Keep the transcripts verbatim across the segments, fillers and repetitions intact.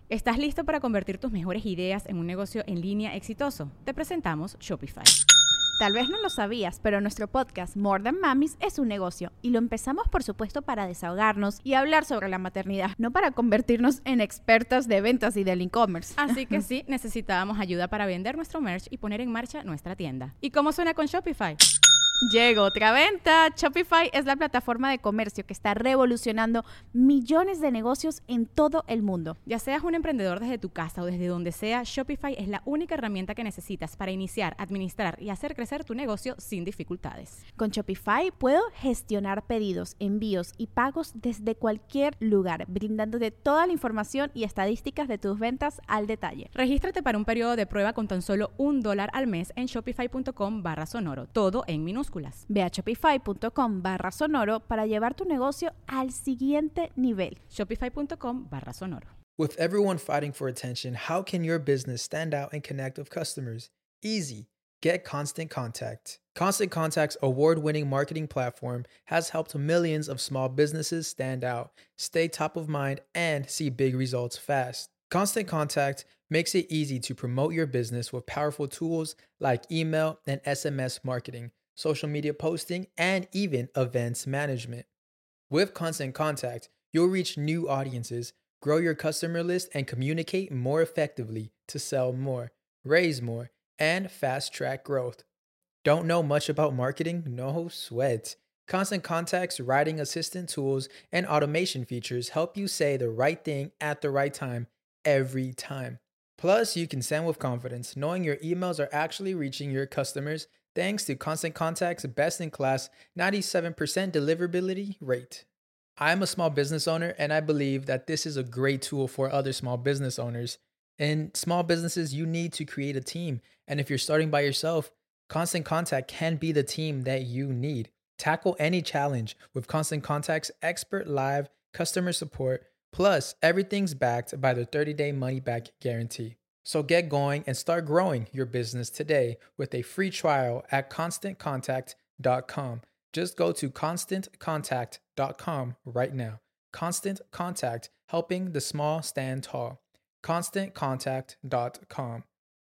¿Estás listo para convertir tus mejores ideas en un negocio en línea exitoso? Te presentamos Shopify. Tal vez no lo sabías, pero nuestro podcast More Than Mamis es un negocio y lo empezamos por supuesto para desahogarnos y hablar sobre la maternidad, no para convertirnos en expertas de ventas y del e-commerce. Así que sí, necesitábamos ayuda para vender nuestro merch y poner en marcha nuestra tienda. ¿Y cómo suena con Shopify? Llegó otra venta. Shopify es la plataforma de comercio que está revolucionando millones de negocios en todo el mundo. Ya seas un emprendedor desde tu casa o desde donde sea, Shopify es la única herramienta que necesitas para iniciar, administrar y hacer crecer tu negocio sin dificultades. Con Shopify puedo gestionar pedidos, envíos y pagos desde cualquier lugar, brindándote toda la información y estadísticas de tus ventas al detalle. Regístrate para un periodo de prueba con tan solo un dólar al mes en shopify.com barra sonoro, todo en minúsculas. Ve a shopify.com barra sonoro para llevar tu negocio al siguiente nivel. Shopify.com barra sonoro. With everyone fighting for attention, how can your business stand out and connect with customers? Easy. Get Constant Contact. Constant Contact's award-winning marketing platform has helped millions of small businesses stand out, stay top of mind, and see big results fast. Constant Contact makes it easy to promote your business with powerful tools like email and S M S marketing, social media posting, and even events management. With Constant Contact, you'll reach new audiences, grow your customer list, and communicate more effectively to sell more, raise more, and fast-track growth. Don't know much about marketing? No sweat. Constant Contact's writing assistant tools and automation features help you say the right thing at the right time every time. Plus, you can send with confidence, knowing your emails are actually reaching your customers thanks to Constant Contact's best-in-class ninety-seven percent deliverability rate. I'm a small business owner, and I believe that this is a great tool for other small business owners. In small businesses, you need to create a team, and if you're starting by yourself, Constant Contact can be the team that you need. Tackle any challenge with Constant Contact's expert live customer support, plus everything's backed by the thirty-day money-back guarantee. So get going and start growing your business today with a free trial at constant contact dot com. Just go to constant contact dot com right now. Constant Contact, helping the small stand tall. constant contact dot com.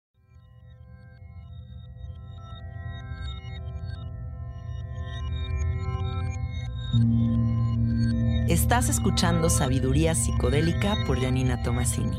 Estás escuchando Sabiduría Psicodélica por Janina Tomasini.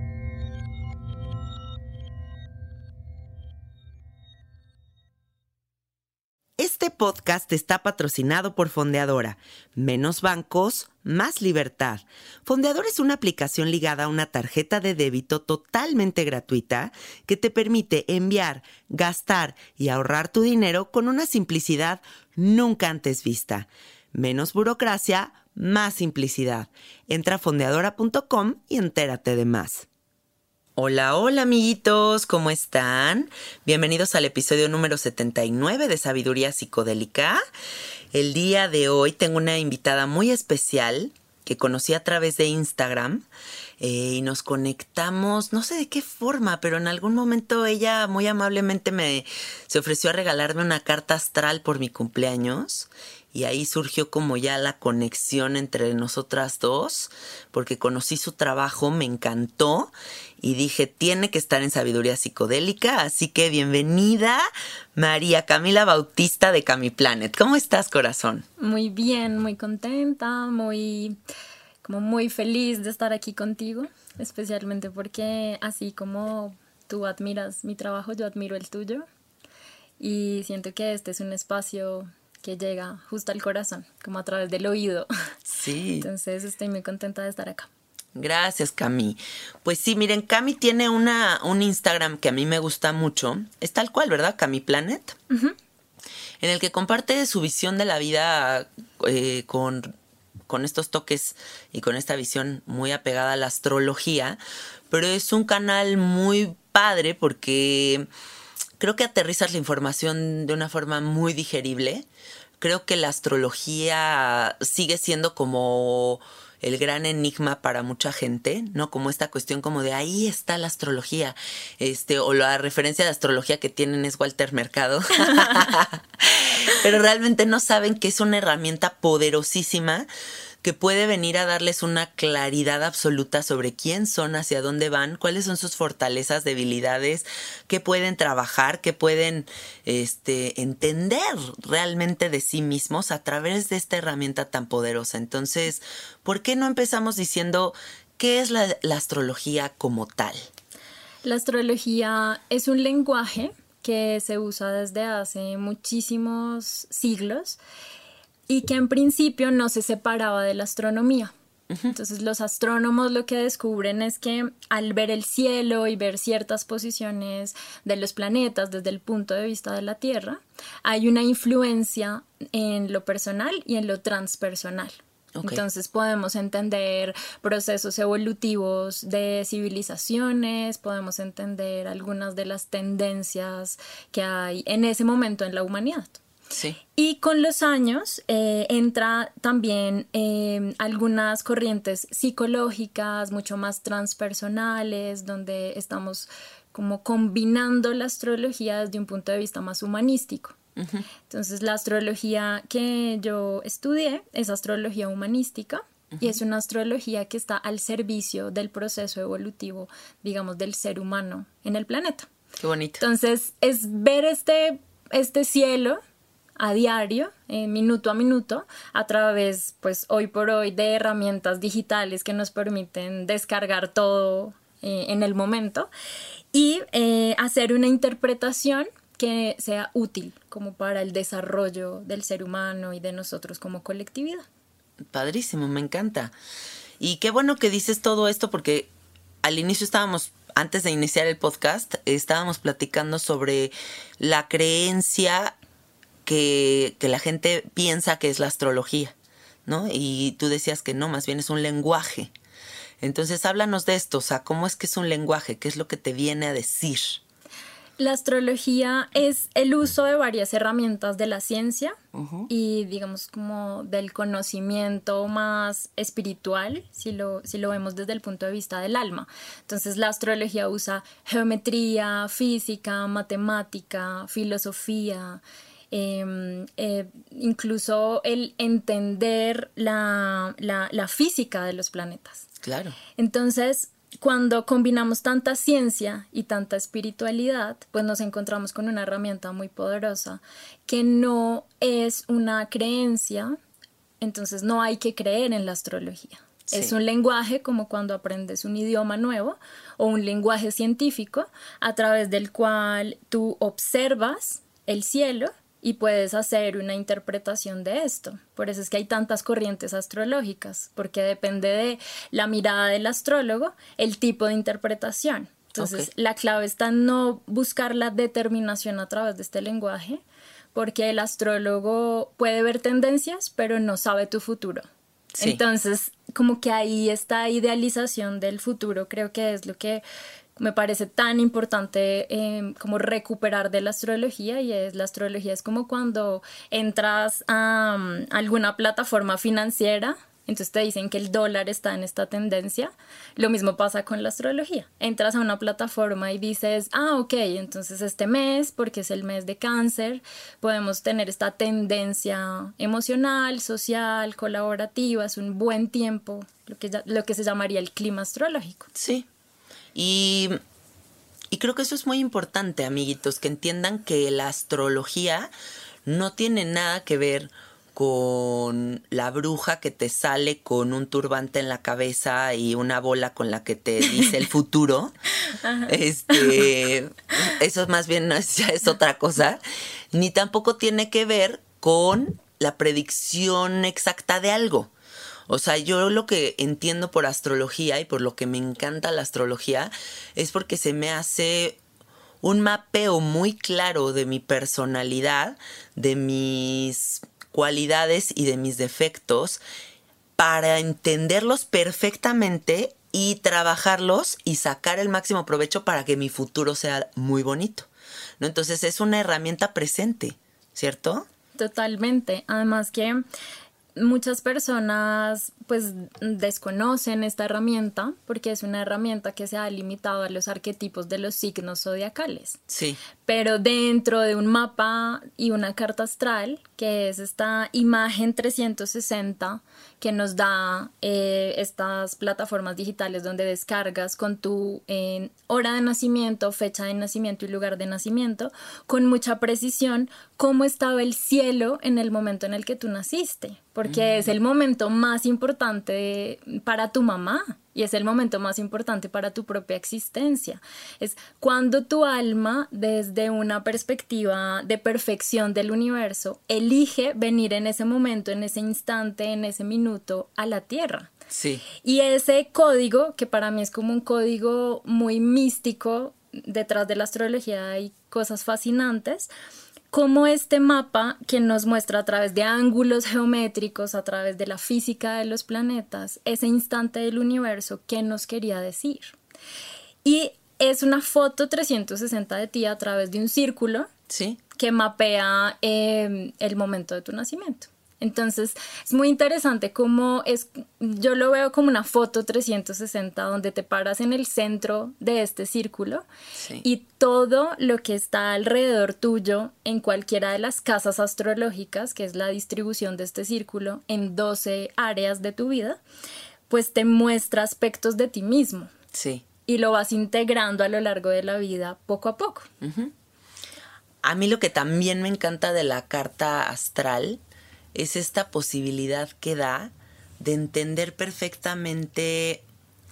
Este podcast está patrocinado por Fondeadora. Menos bancos, más libertad. Fondeadora es una aplicación ligada a una tarjeta de débito totalmente gratuita que te permite enviar, gastar y ahorrar tu dinero con una simplicidad nunca antes vista. Menos burocracia, más simplicidad. Entra a fondeadora punto com y entérate de más. Hola, hola amiguitos, ¿cómo están? Bienvenidos al episodio número setenta y nueve de Sabiduría Psicodélica. El día de hoy tengo una invitada muy especial que conocí a través de Instagram eh, y nos conectamos, no sé de qué forma, pero en algún momento ella muy amablemente me se ofreció a regalarme una carta astral por mi cumpleaños. Y ahí surgió como ya la conexión entre nosotras dos, porque conocí su trabajo, me encantó y dije, tiene que estar en Sabiduría Psicodélica. Así que bienvenida, María Camila Bautista de Camiplanet. ¿Cómo estás, corazón? Muy bien, muy contenta, muy, como muy feliz de estar aquí contigo, especialmente porque así como tú admiras mi trabajo, yo admiro el tuyo y siento que este es un espacio que llega justo al corazón, como a través del oído. Sí. Entonces estoy muy contenta de estar acá. Gracias, Cami. Pues sí, miren, Cami tiene una, un Instagram que a mí me gusta mucho. Es tal cual, ¿verdad? Camiplanet. Uh-huh. En el que comparte su visión de la vida eh, con, con estos toques y con esta visión muy apegada a la astrología. Pero es un canal muy padre porque creo que aterrizas la información de una forma muy digerible. Creo que la astrología sigue siendo como el gran enigma para mucha gente, ¿no? Como esta cuestión como de ahí está la astrología, este, o la referencia de astrología que tienen es Walter Mercado. Pero realmente no saben que es una herramienta poderosísima que puede venir a darles una claridad absoluta sobre quién son, hacia dónde van, cuáles son sus fortalezas, debilidades, qué pueden trabajar, qué pueden este, entender realmente de sí mismos a través de esta herramienta tan poderosa. Entonces, ¿por qué no empezamos diciendo qué es la, la astrología como tal? La astrología es un lenguaje que se usa desde hace muchísimos siglos y que en principio no se separaba de la astronomía. Uh-huh. Entonces los astrónomos lo que descubren es que al ver el cielo y ver ciertas posiciones de los planetas desde el punto de vista de la Tierra, hay una influencia en lo personal y en lo transpersonal. Okay. Entonces podemos entender procesos evolutivos de civilizaciones, podemos entender algunas de las tendencias que hay en ese momento en la humanidad. Sí. Y con los años eh, entra también eh, algunas corrientes psicológicas mucho más transpersonales, donde estamos como combinando la astrología desde un punto de vista más humanístico. Uh-huh. Entonces la astrología que yo estudié es astrología humanística. Uh-huh. Y es una astrología que está al servicio del proceso evolutivo, digamos, del ser humano en el planeta. Qué bonito. Entonces es ver este, este cielo a diario, eh, minuto a minuto, a través, pues hoy por hoy, de herramientas digitales que nos permiten descargar todo eh, en el momento y eh, hacer una interpretación que sea útil como para el desarrollo del ser humano y de nosotros como colectividad. Padrísimo, me encanta. Y qué bueno que dices todo esto porque al inicio estábamos, antes de iniciar el podcast, estábamos platicando sobre la creencia que, que la gente piensa que es la astrología, ¿no? Y tú decías que no, más bien es un lenguaje. Entonces, háblanos de esto, o sea, ¿cómo es que es un lenguaje? ¿Qué es lo que te viene a decir? La astrología es el uso de varias herramientas de la ciencia uh-huh. y digamos como del conocimiento más espiritual, si lo, si lo vemos desde el punto de vista del alma. Entonces la astrología usa geometría, física, matemática, filosofía, eh, eh, incluso el entender la, la, la física de los planetas. Claro. Entonces, cuando combinamos tanta ciencia y tanta espiritualidad, pues nos encontramos con una herramienta muy poderosa que no es una creencia, entonces no hay que creer en la astrología. Sí. Es un lenguaje como cuando aprendes un idioma nuevo o un lenguaje científico a través del cual tú observas el cielo y puedes hacer una interpretación de esto. Por eso es que hay tantas corrientes astrológicas, porque depende de la mirada del astrólogo, el tipo de interpretación. Entonces, okay. La clave está en no buscar la determinación a través de este lenguaje, porque el astrólogo puede ver tendencias, pero no sabe tu futuro. Sí. Entonces, como que ahí esta idealización del futuro creo que es lo que me parece tan importante eh, como recuperar de la astrología, y es la astrología es como cuando entras a um, alguna plataforma financiera, entonces te dicen que el dólar está en esta tendencia. Lo mismo pasa con la astrología. Entras a una plataforma y dices, ah, ok, entonces este mes, porque es el mes de Cáncer, podemos tener esta tendencia emocional, social, colaborativa, es un buen tiempo, lo que, lo que se llamaría el clima astrológico. Sí. Y, y creo que eso es muy importante, amiguitos, que entiendan que la astrología no tiene nada que ver con la bruja que te sale con un turbante en la cabeza y una bola con la que te dice el futuro. Este, eso más bien no es, ya es otra cosa. Ni tampoco tiene que ver con la predicción exacta de algo. O sea, yo lo que entiendo por astrología y por lo que me encanta la astrología es porque se me hace un mapeo muy claro de mi personalidad, de mis cualidades y de mis defectos para entenderlos perfectamente y trabajarlos y sacar el máximo provecho para que mi futuro sea muy bonito, ¿no? Entonces es una herramienta presente, ¿cierto? Totalmente. Además que muchas personas pues desconocen esta herramienta porque es una herramienta que se ha limitado a los arquetipos de los signos zodiacales. Sí. Pero dentro de un mapa y una carta astral, que es esta imagen trescientos sesenta que nos da eh, estas plataformas digitales donde descargas con tu eh, hora de nacimiento, fecha de nacimiento y lugar de nacimiento, con mucha precisión, cómo estaba el cielo en el momento en el que tú naciste, porque mm. es el momento más importante para tu mamá y es el momento más importante para tu propia existencia. Es cuando tu alma, desde una perspectiva de perfección del universo, elige venir en ese momento, en ese instante, en ese minuto a la Tierra. Sí. Y ese código, que para mí es como un código muy místico, detrás de la astrología hay cosas fascinantes, como este mapa que nos muestra a través de ángulos geométricos, a través de la física de los planetas, ese instante del universo, ¿qué nos quería decir? Y es una foto trescientos sesenta de ti a través de un círculo, ¿sí?, que mapea eh, el momento de tu nacimiento. Entonces es muy interesante cómo es, yo lo veo como una foto trescientos sesenta donde te paras en el centro de este círculo, sí, y todo lo que está alrededor tuyo en cualquiera de las casas astrológicas, que es la distribución de este círculo en doce áreas de tu vida, pues te muestra aspectos de ti mismo. Sí. Y lo vas integrando a lo largo de la vida poco a poco. Uh-huh. A mí lo que también me encanta de la carta astral es esta posibilidad que da de entender perfectamente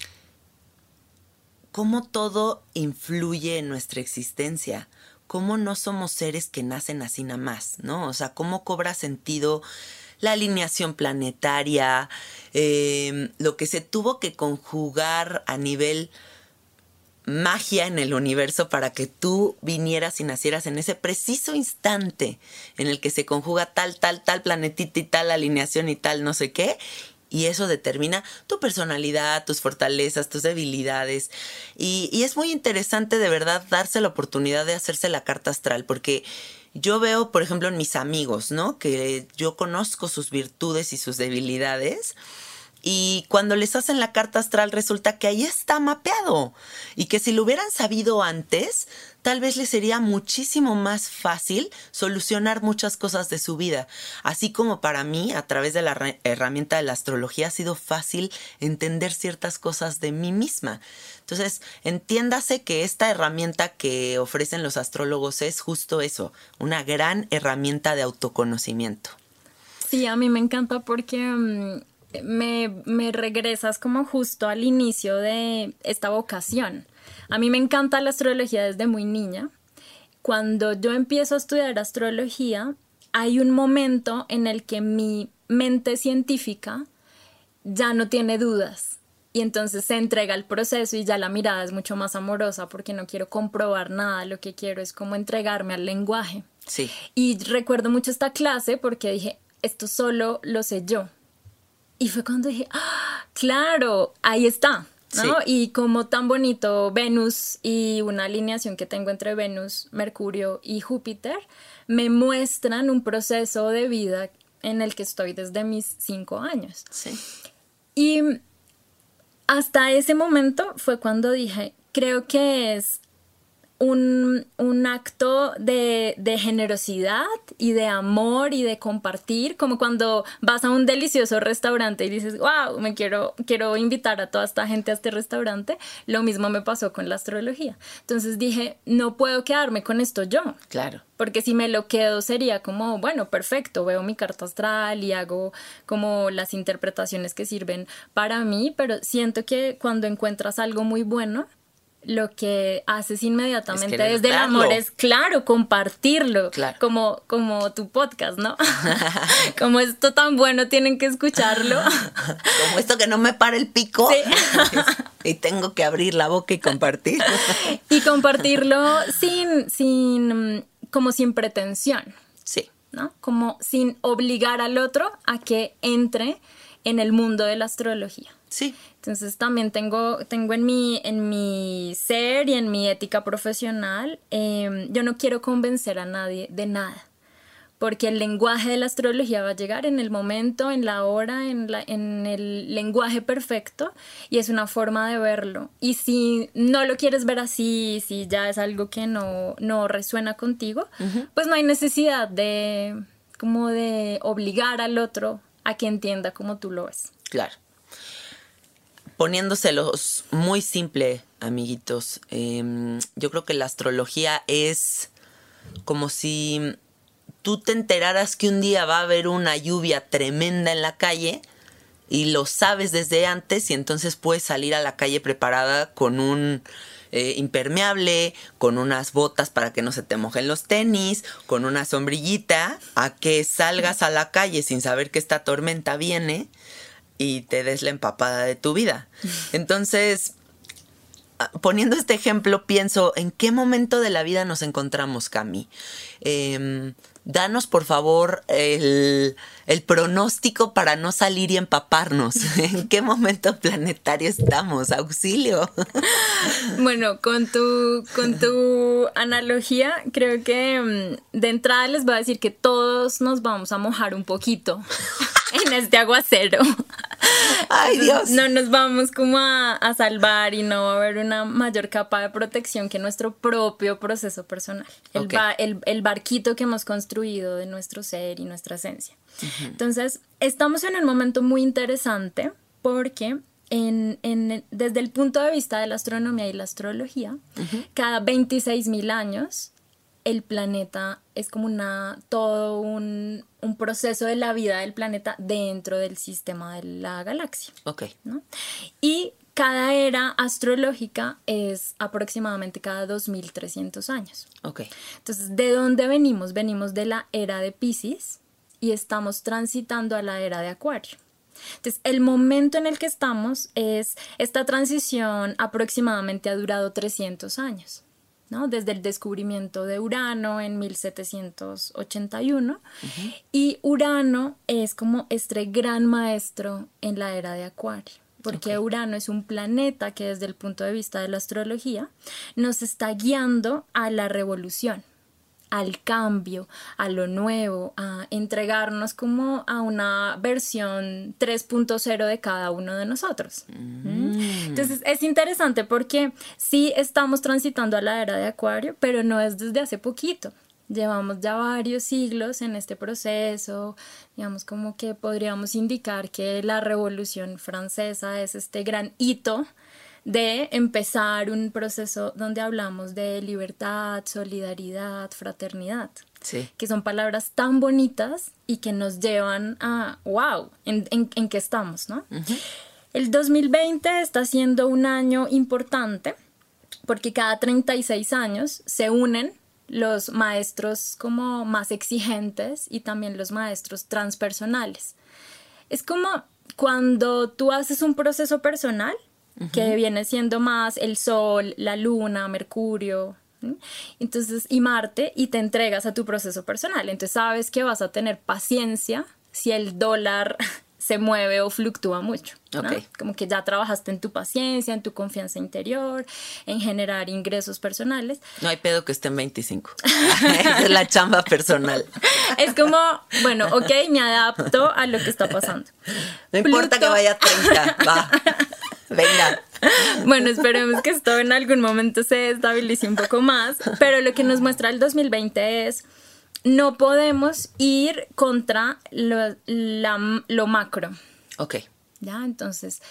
cómo todo influye en nuestra existencia, cómo no somos seres que nacen así nada más, ¿no? O sea, cómo cobra sentido la alineación planetaria, eh, lo que se tuvo que conjugar a nivel magia en el universo para que tú vinieras y nacieras en ese preciso instante en el que se conjuga tal, tal, tal planetita y tal alineación y tal no sé qué, y eso determina tu personalidad, tus fortalezas, tus debilidades, y, y es muy interesante de verdad darse la oportunidad de hacerse la carta astral, porque yo veo, por ejemplo, en mis amigos, ¿no?, que yo conozco sus virtudes y sus debilidades. Y cuando les hacen la carta astral resulta que ahí está mapeado y que si lo hubieran sabido antes, tal vez les sería muchísimo más fácil solucionar muchas cosas de su vida. Así como para mí, a través de la herramienta de la astrología, ha sido fácil entender ciertas cosas de mí misma. Entonces, entiéndase que esta herramienta que ofrecen los astrólogos es justo eso, una gran herramienta de autoconocimiento. Sí, a mí me encanta porque Um... Me, me regresas como justo al inicio de esta vocación. A mí me encanta la astrología desde muy niña. Cuando yo empiezo a estudiar astrología, hay un momento en el que mi mente científica ya no tiene dudas. Y entonces se entrega al proceso y ya la mirada es mucho más amorosa porque no quiero comprobar nada. Lo que quiero es como entregarme al lenguaje. Sí. Y recuerdo mucho esta clase porque dije, esto solo lo sé yo. Y fue cuando dije, ¡ah, claro! Ahí está, ¿no? Sí. Y como tan bonito Venus y una alineación que tengo entre Venus, Mercurio y Júpiter, me muestran un proceso de vida en el que estoy desde mis cinco años. Sí. Y hasta ese momento fue cuando dije, creo que es Un, un acto de, de generosidad y de amor y de compartir, como cuando vas a un delicioso restaurante y dices, wow, me quiero, quiero invitar a toda esta gente a este restaurante. Lo mismo me pasó con la astrología. Entonces dije, no puedo quedarme con esto yo. Claro. Porque si me lo quedo sería como, bueno, perfecto, veo mi carta astral y hago como las interpretaciones que sirven para mí, pero siento que cuando encuentras algo muy bueno, lo que haces inmediatamente es desde darlo. El amor es, claro, compartirlo, claro. Como, como tu podcast, ¿no? Como esto tan bueno, tienen que escucharlo. Como esto que no me para el pico. Sí. Y tengo que abrir la boca y compartir. Y compartirlo sin, sin, como sin pretensión. Sí. ¿No? Como sin obligar al otro a que entre en el mundo de la astrología. Sí. Entonces también tengo, tengo en, mi, en mi ser y en mi ética profesional, eh, yo no quiero convencer a nadie de nada, porque el lenguaje de la astrología va a llegar en el momento, en la hora, en, la, en el lenguaje perfecto, y es una forma de verlo. Y si no lo quieres ver así, si ya es algo que no, no resuena contigo, uh-huh. pues no hay necesidad de, como de obligar al otro a que entienda como tú lo ves. Claro. Poniéndoselos muy simple, amiguitos, eh, yo creo que la astrología es como si tú te enteraras que un día va a haber una lluvia tremenda en la calle y lo sabes desde antes y entonces puedes salir a la calle preparada con un eh, impermeable, con unas botas para que no se te mojen los tenis, con una sombrillita, a que salgas a la calle sin saber que esta tormenta viene y te des la empapada de tu vida. Entonces, poniendo este ejemplo, pienso, ¿en qué momento de la vida nos encontramos, Cami? Eh, danos, por favor, el, el pronóstico para no salir y empaparnos. ¿En qué momento planetario estamos? ¡Auxilio! Bueno, con tu, con tu analogía, creo que de entrada les voy a decir que todos nos vamos a mojar un poquito en este aguacero. ¡Ay, Dios! No nos vamos como a, a salvar y no va a haber una mayor capa de protección que nuestro propio proceso personal. El, Okay. ba, el, el barquito que hemos construido de nuestro ser y nuestra esencia. Uh-huh. Entonces, estamos en un momento muy interesante porque en, en, desde el punto de vista de la astronomía y la astrología, uh-huh. cada veintiséis mil años el planeta es como una, todo un, un proceso de la vida del planeta dentro del sistema de la galaxia. Ok. ¿No? Y cada era astrológica es aproximadamente cada dos mil trescientos años. Ok. Entonces, ¿de dónde venimos? Venimos de la era de Piscis y estamos transitando a la era de Acuario. Entonces, el momento en el que estamos es, esta transición aproximadamente ha durado trescientos años. ¿No? Desde el descubrimiento de Urano en mil setecientos ochenta y uno. Uh-huh. Y Urano es como este gran maestro en la era de Acuario, porque okay. Urano es un planeta que desde el punto de vista de la astrología nos está guiando a la revolución, al cambio, a lo nuevo, a entregarnos como a una versión tres punto cero de cada uno de nosotros. Mm. Entonces es interesante porque sí estamos transitando a la era de Acuario, pero no es desde hace poquito. Llevamos ya varios siglos en este proceso, digamos como que podríamos indicar que la Revolución Francesa es este gran hito de empezar un proceso donde hablamos de libertad, solidaridad, fraternidad, sí. que son palabras tan bonitas y que nos llevan a, wow, ¿en, en, en qué estamos, no? Uh-huh. El dos mil veinte está siendo un año importante porque cada treinta y seis años se unen los maestros como más exigentes y también los maestros transpersonales. Es como cuando tú haces un proceso personal, Uh-huh. que viene siendo más el Sol, la Luna, Mercurio, ¿sí? Entonces, y Marte, y te entregas a tu proceso personal. Entonces sabes que vas a tener paciencia si el dólar se mueve o fluctúa mucho, ¿no? Okay. Como que ya trabajaste en tu paciencia, en tu confianza interior, en generar ingresos personales. No hay pedo que esté en veinticinco. Esa es la chamba personal. Es como, bueno, ok, me adapto a lo que está pasando. No importa Pluto... que vaya a treinta, va. Venga. Bueno, esperemos que esto en algún momento se estabilice un poco más, pero lo que nos muestra el dos mil veinte es no podemos ir contra lo, la, lo macro. Ok. ¿Ya? Entonces,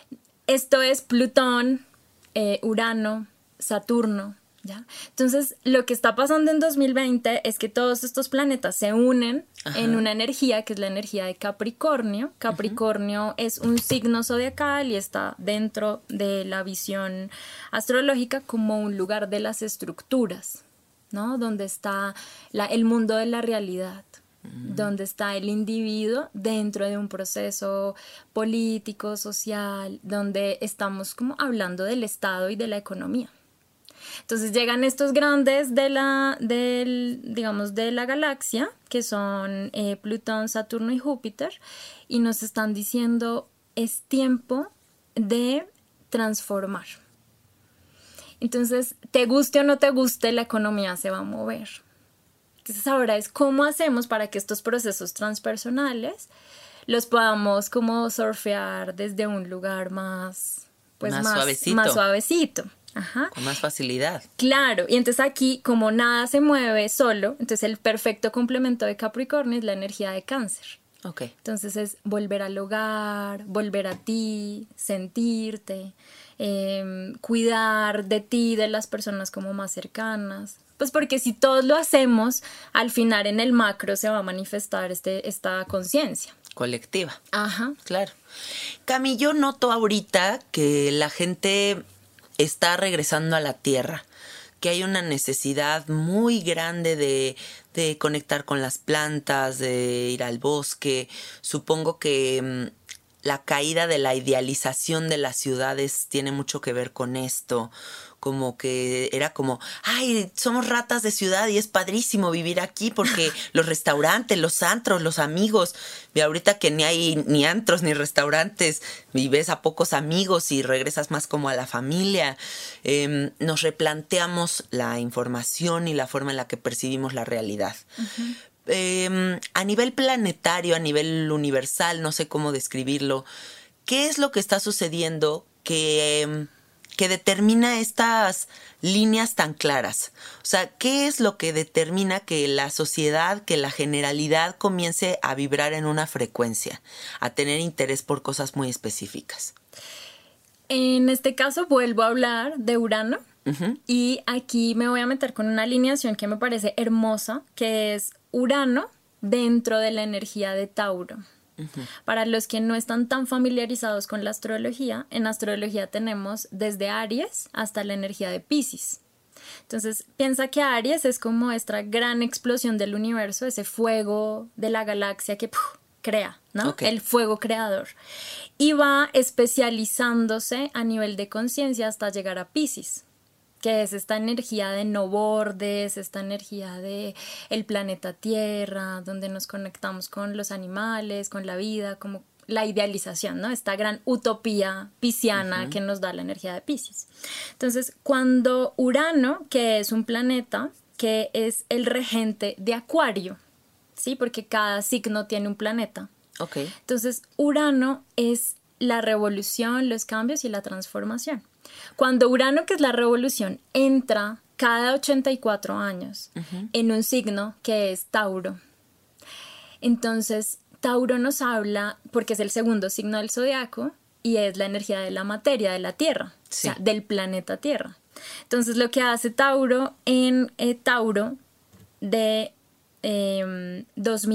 esto es Plutón, eh, Urano, Saturno, ¿ya? Entonces, lo que está pasando en dos mil veinte es que todos estos planetas se unen Ajá. en una energía que es la energía de Capricornio. Capricornio uh-huh. es un signo zodiacal y está dentro de la visión astrológica como un lugar de las estructuras, ¿no? Donde está la, el mundo de la realidad, uh-huh. donde está el individuo dentro de un proceso político, social, donde estamos como hablando del Estado y de la economía. Entonces llegan estos grandes de la, del, digamos, de la galaxia, que son eh, Plutón, Saturno y Júpiter, y nos están diciendo, es tiempo de transformar. Entonces, te guste o no te guste, la economía se va a mover. Entonces ahora es cómo hacemos para que estos procesos transpersonales los podamos como surfear desde un lugar más, pues, más, más suavecito. Más suavecito. Ajá. Con más facilidad. Claro, y entonces aquí, como nada se mueve solo, entonces el perfecto complemento de Capricornio es la energía de Cáncer. Ok. Entonces es volver al hogar, volver a ti, sentirte, eh, cuidar de ti, de las personas como más cercanas. Pues porque si todos lo hacemos, al final en el macro se va a manifestar este, esta conciencia. Colectiva. Ajá. Claro. Cami, yo noto ahorita que la gente está regresando a la tierra, que hay una necesidad muy grande de, de conectar con las plantas, de ir al bosque. Supongo que mmm, la caída de la idealización de las ciudades tiene mucho que ver con esto. Como que era como, ay, somos ratas de ciudad y es padrísimo vivir aquí porque los restaurantes, los antros, los amigos. Y ahorita que ni hay ni antros ni restaurantes, y ves a pocos amigos y regresas más como a la familia. Eh, nos replanteamos la información y la forma en la que percibimos la realidad. Uh-huh. Eh, a nivel planetario, a nivel universal, no sé cómo describirlo, ¿qué es lo que está sucediendo que... Eh, que determina estas líneas tan claras? O sea, ¿qué es lo que determina que la sociedad, que la generalidad comience a vibrar en una frecuencia, a tener interés por cosas muy específicas? En este caso vuelvo a hablar de Urano. Uh-huh. Y aquí me voy a meter con una alineación que me parece hermosa, que es Urano dentro de la energía de Tauro. Uh-huh. Para los que no están tan familiarizados con la astrología, en astrología tenemos desde Aries hasta la energía de Piscis. Entonces piensa que Aries es como esta gran explosión del universo, ese fuego de la galaxia que ¡puf! Crea, ¿no? Okay. El fuego creador. Y va especializándose a nivel de conciencia hasta llegar a Piscis, que es esta energía de no bordes, esta energía de el planeta Tierra, donde nos conectamos con los animales, con la vida, como la idealización, ¿no? Esta gran utopía pisciana uh-huh. que nos da la energía de Piscis. Entonces, cuando Urano, que es un planeta que es el regente de Acuario, ¿sí? Porque cada signo tiene un planeta. Okay. Entonces, Urano es la revolución, los cambios y la transformación. Cuando Urano, que es la revolución, entra cada ochenta y cuatro años uh-huh. en un signo que es Tauro. Entonces, Tauro nos habla, porque es el segundo signo del zodiaco, y es la energía de la materia, de la Tierra, sí. o sea, del planeta Tierra. Entonces, lo que hace Tauro en eh, Tauro de eh, dos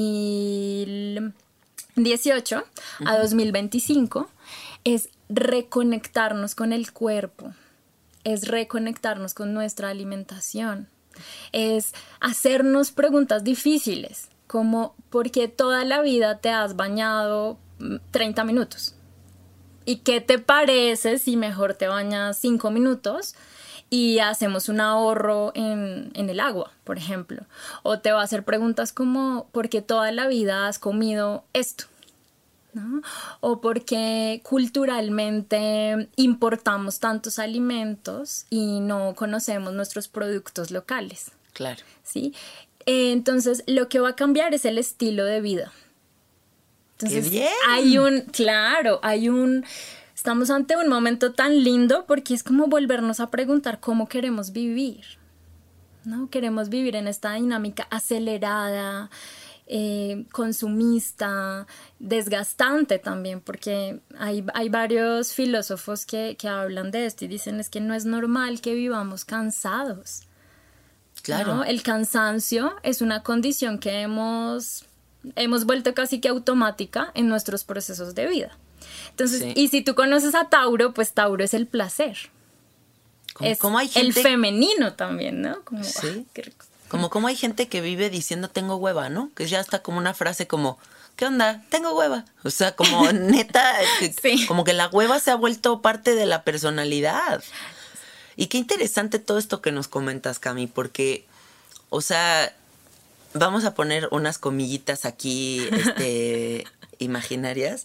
mil dieciocho uh-huh. a dos mil veinticinco es reconectarnos con el cuerpo, es reconectarnos con nuestra alimentación, es hacernos preguntas difíciles, como ¿por qué toda la vida te has bañado treinta minutos? ¿Y qué te parece si mejor te bañas cinco minutos y hacemos un ahorro en, en el agua, por ejemplo? O te va a hacer preguntas como ¿por qué toda la vida has comido esto? ¿No? O porque culturalmente importamos tantos alimentos y no conocemos nuestros productos locales. Claro. ¿Sí? Entonces, lo que va a cambiar es el estilo de vida. Entonces, ¡qué bien! Hay un, claro, hay un, estamos ante un momento tan lindo porque es como volvernos a preguntar cómo queremos vivir, ¿no? Queremos vivir en esta dinámica acelerada, Eh, consumista, desgastante también, porque hay, hay varios filósofos que, que hablan de esto y dicen es que no es normal que vivamos cansados. Claro. ¿No? El cansancio es una condición que hemos, hemos vuelto casi que automática en nuestros procesos de vida. Entonces, sí. Y si tú conoces a Tauro, pues Tauro es el placer. ¿Cómo, es cómo hay gente... el femenino también, ¿no? Como, sí. ¡ah, qué rico! Como, como hay gente que vive diciendo tengo hueva, ¿no? Que ya está como una frase como, ¿qué onda? Tengo hueva. O sea, como neta, que, sí. como que la hueva se ha vuelto parte de la personalidad. Y qué interesante todo esto que nos comentas, Cami, porque, o sea, vamos a poner unas comillitas aquí este, imaginarias.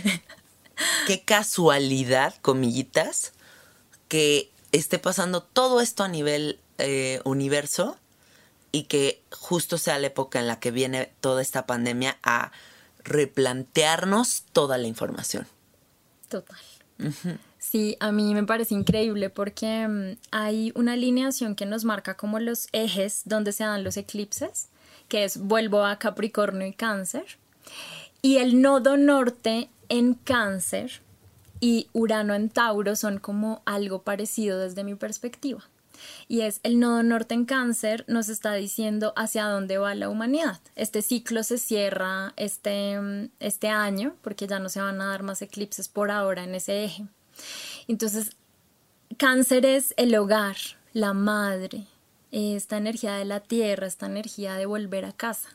Qué casualidad, comillitas, que esté pasando todo esto a nivel eh, universo. Y que justo sea la época en la que viene toda esta pandemia a replantearnos toda la información. Total. Uh-huh. Sí, a mí me parece increíble porque um, hay una alineación que nos marca como los ejes donde se dan los eclipses, que es vuelvo a Capricornio y Cáncer. Y el nodo norte en Cáncer y Urano en Tauro son como algo parecido desde mi perspectiva. Y es el nodo norte en Cáncer nos está diciendo hacia dónde va la humanidad. Este ciclo se cierra este, este año porque ya no se van a dar más eclipses por ahora en ese eje. Entonces, Cáncer es el hogar, la madre, esta energía de la tierra, esta energía de volver a casa.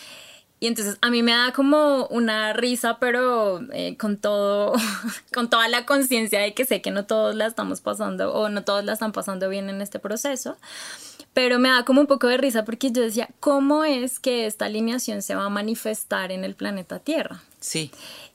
Y entonces a mí me da como una risa, pero eh, con todo, con toda la conciencia de que sé que no todos la estamos pasando o no todos la están pasando bien en este proceso. Pero me da como un poco de risa porque yo decía, ¿cómo es que esta alineación se va a manifestar en el planeta Tierra? Sí.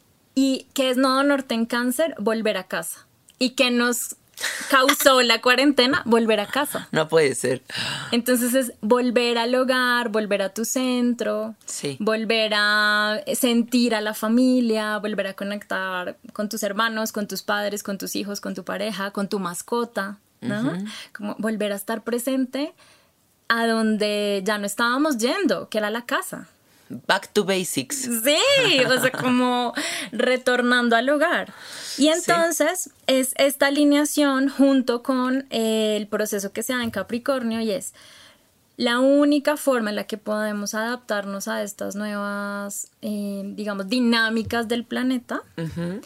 Y que es nodo norte en Cáncer, volver a casa. Y que nos causó la cuarentena, volver a casa. No puede ser. Entonces es volver al hogar, volver a tu centro, sí. volver a sentir a la familia, volver a conectar con tus hermanos, con tus padres, con tus hijos, con tu pareja, con tu mascota, ¿no? Uh-huh. Como volver a estar presente a donde ya no estábamos yendo, que era la casa. Back to basics. Sí, o sea, como retornando al hogar. Y entonces sí. es esta alineación junto con el proceso que se da en Capricornio y es la única forma en la que podemos adaptarnos a estas nuevas, eh, digamos, dinámicas del planeta uh-huh.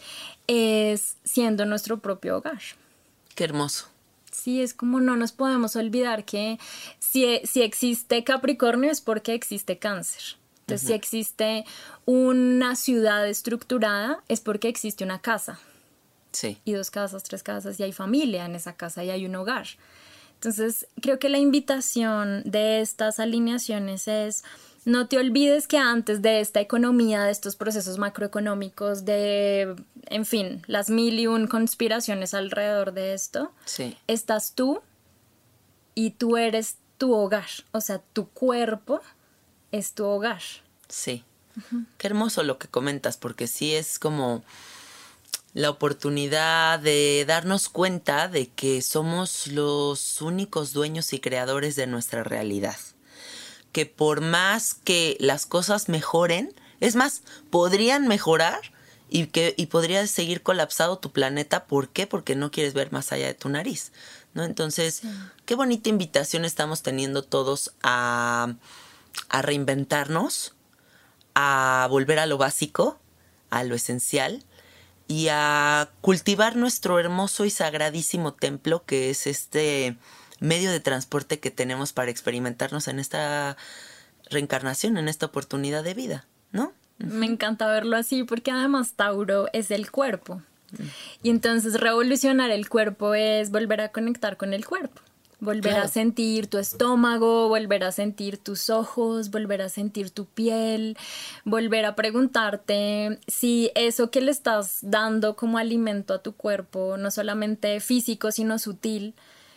es siendo nuestro propio hogar. Qué hermoso. Sí, es como no nos podemos olvidar que si, si existe Capricornio es porque existe Cáncer. Entonces, uh-huh. si existe una ciudad estructurada, es porque existe una casa. Sí. Y dos casas, tres casas, y hay familia en esa casa, y hay un hogar. Entonces, creo que la invitación de estas alineaciones es, no te olvides que antes de esta economía, de estos procesos macroeconómicos, de, en fin, las mil y un conspiraciones alrededor de esto, sí. estás tú y tú eres tu hogar. O sea, tu cuerpo es tu hogar. Sí. Uh-huh. Qué hermoso lo que comentas, porque sí es como la oportunidad de darnos cuenta de que somos los únicos dueños y creadores de nuestra realidad. Que por más que las cosas mejoren, es más, podrían mejorar y, que, y podría seguir colapsado tu planeta. ¿Por qué? Porque no quieres ver más allá de tu nariz, ¿no? Entonces, sí. Qué bonita invitación estamos teniendo todos a... a reinventarnos, a volver a lo básico, a lo esencial y a cultivar nuestro hermoso y sagradísimo templo que es este medio de transporte que tenemos para experimentarnos en esta reencarnación, en esta oportunidad de vida, ¿no? Me encanta verlo así porque además Tauro es el cuerpo y entonces revolucionar el cuerpo es volver a conectar con el cuerpo. Volver claro. a sentir tu estómago, volver a sentir tus ojos, volver a sentir tu piel, volver a preguntarte si eso que le estás dando como alimento a tu cuerpo, no solamente físico, sino sutil,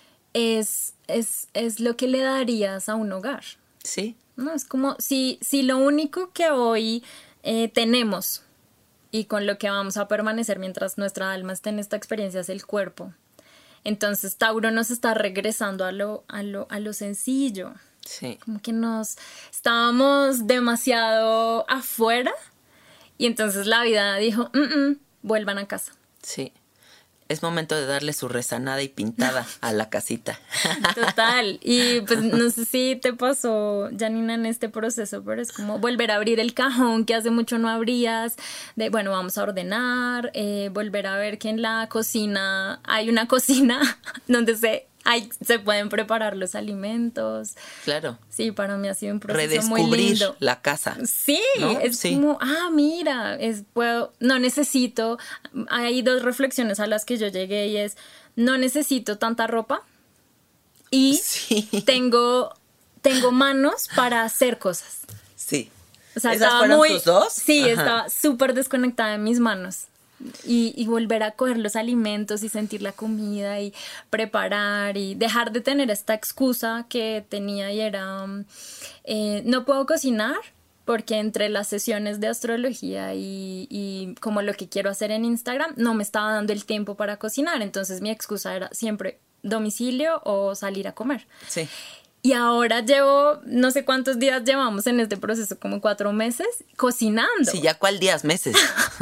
es, es, es lo que le darías a un hogar. Sí. ¿No? Es como si, si lo único que hoy eh, tenemos y con lo que vamos a permanecer mientras nuestra alma esté en esta experiencia es el cuerpo. Entonces Tauro nos está regresando a lo, a lo, a lo sencillo. Sí. Como que nos estábamos demasiado afuera y entonces la vida dijo, mm-mm, vuelvan a casa. Sí. Es momento de darle su rezanada y pintada a la casita. Total. Y pues no sé si te pasó, Janina, en este proceso, pero es como volver a abrir el cajón que hace mucho no abrías. De, bueno, vamos a ordenar, eh, volver a ver que en la cocina hay una cocina donde se, hay, se pueden preparar los alimentos. Claro. Sí, para mí ha sido un proceso redescubrir muy lindo. La casa. Sí, ¿no? es sí. como, ah, mira, es, puedo, no necesito, hay dos reflexiones a las que yo llegué y es, no necesito tanta ropa y sí. tengo, tengo manos para hacer cosas. Sí. O sea, ¿esas estaba fueron muy, tus dos? Sí, Ajá. estaba súper desconectada de mis manos. Y, y volver a coger los alimentos y sentir la comida y preparar y dejar de tener esta excusa que tenía y era eh, no puedo cocinar porque entre las sesiones de astrología y, y como lo que quiero hacer en Instagram no me estaba dando el tiempo para cocinar, entonces mi excusa era siempre domicilio o salir a comer. Sí. Y ahora llevo, no sé cuántos días llevamos en este proceso, como cuatro meses, cocinando. Sí, ¿ya cuál días? Meses.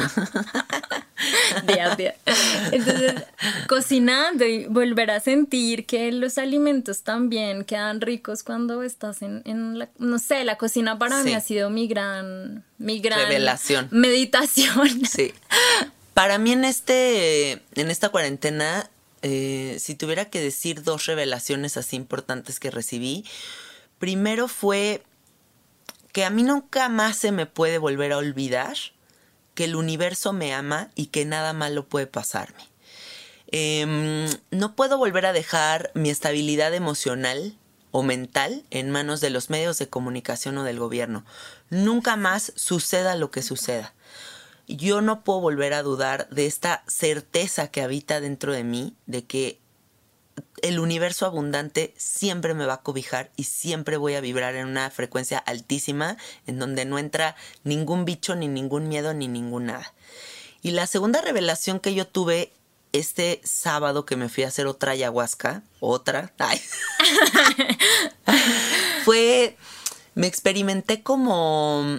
días, días. Entonces, cocinando y volver a sentir que los alimentos también quedan ricos cuando estás en, en la, no sé, la cocina para sí. mí ha sido mi gran, mi gran revelación. Meditación. Sí. Para mí en este, en esta cuarentena, eh, si tuviera que decir dos revelaciones así importantes que recibí, primero fue que a mí nunca más se me puede volver a olvidar que el universo me ama y que nada malo puede pasarme. Eh, no puedo volver a dejar mi estabilidad emocional o mental en manos de los medios de comunicación o del gobierno. Nunca más suceda lo que suceda. Yo no puedo volver a dudar de esta certeza que habita dentro de mí, de que el universo abundante siempre me va a cobijar y siempre voy a vibrar en una frecuencia altísima en donde no entra ningún bicho, ni ningún miedo, ni ningún nada. Y la segunda revelación que yo tuve este sábado que me fui a hacer otra ayahuasca, otra, ay, fue, me experimenté como...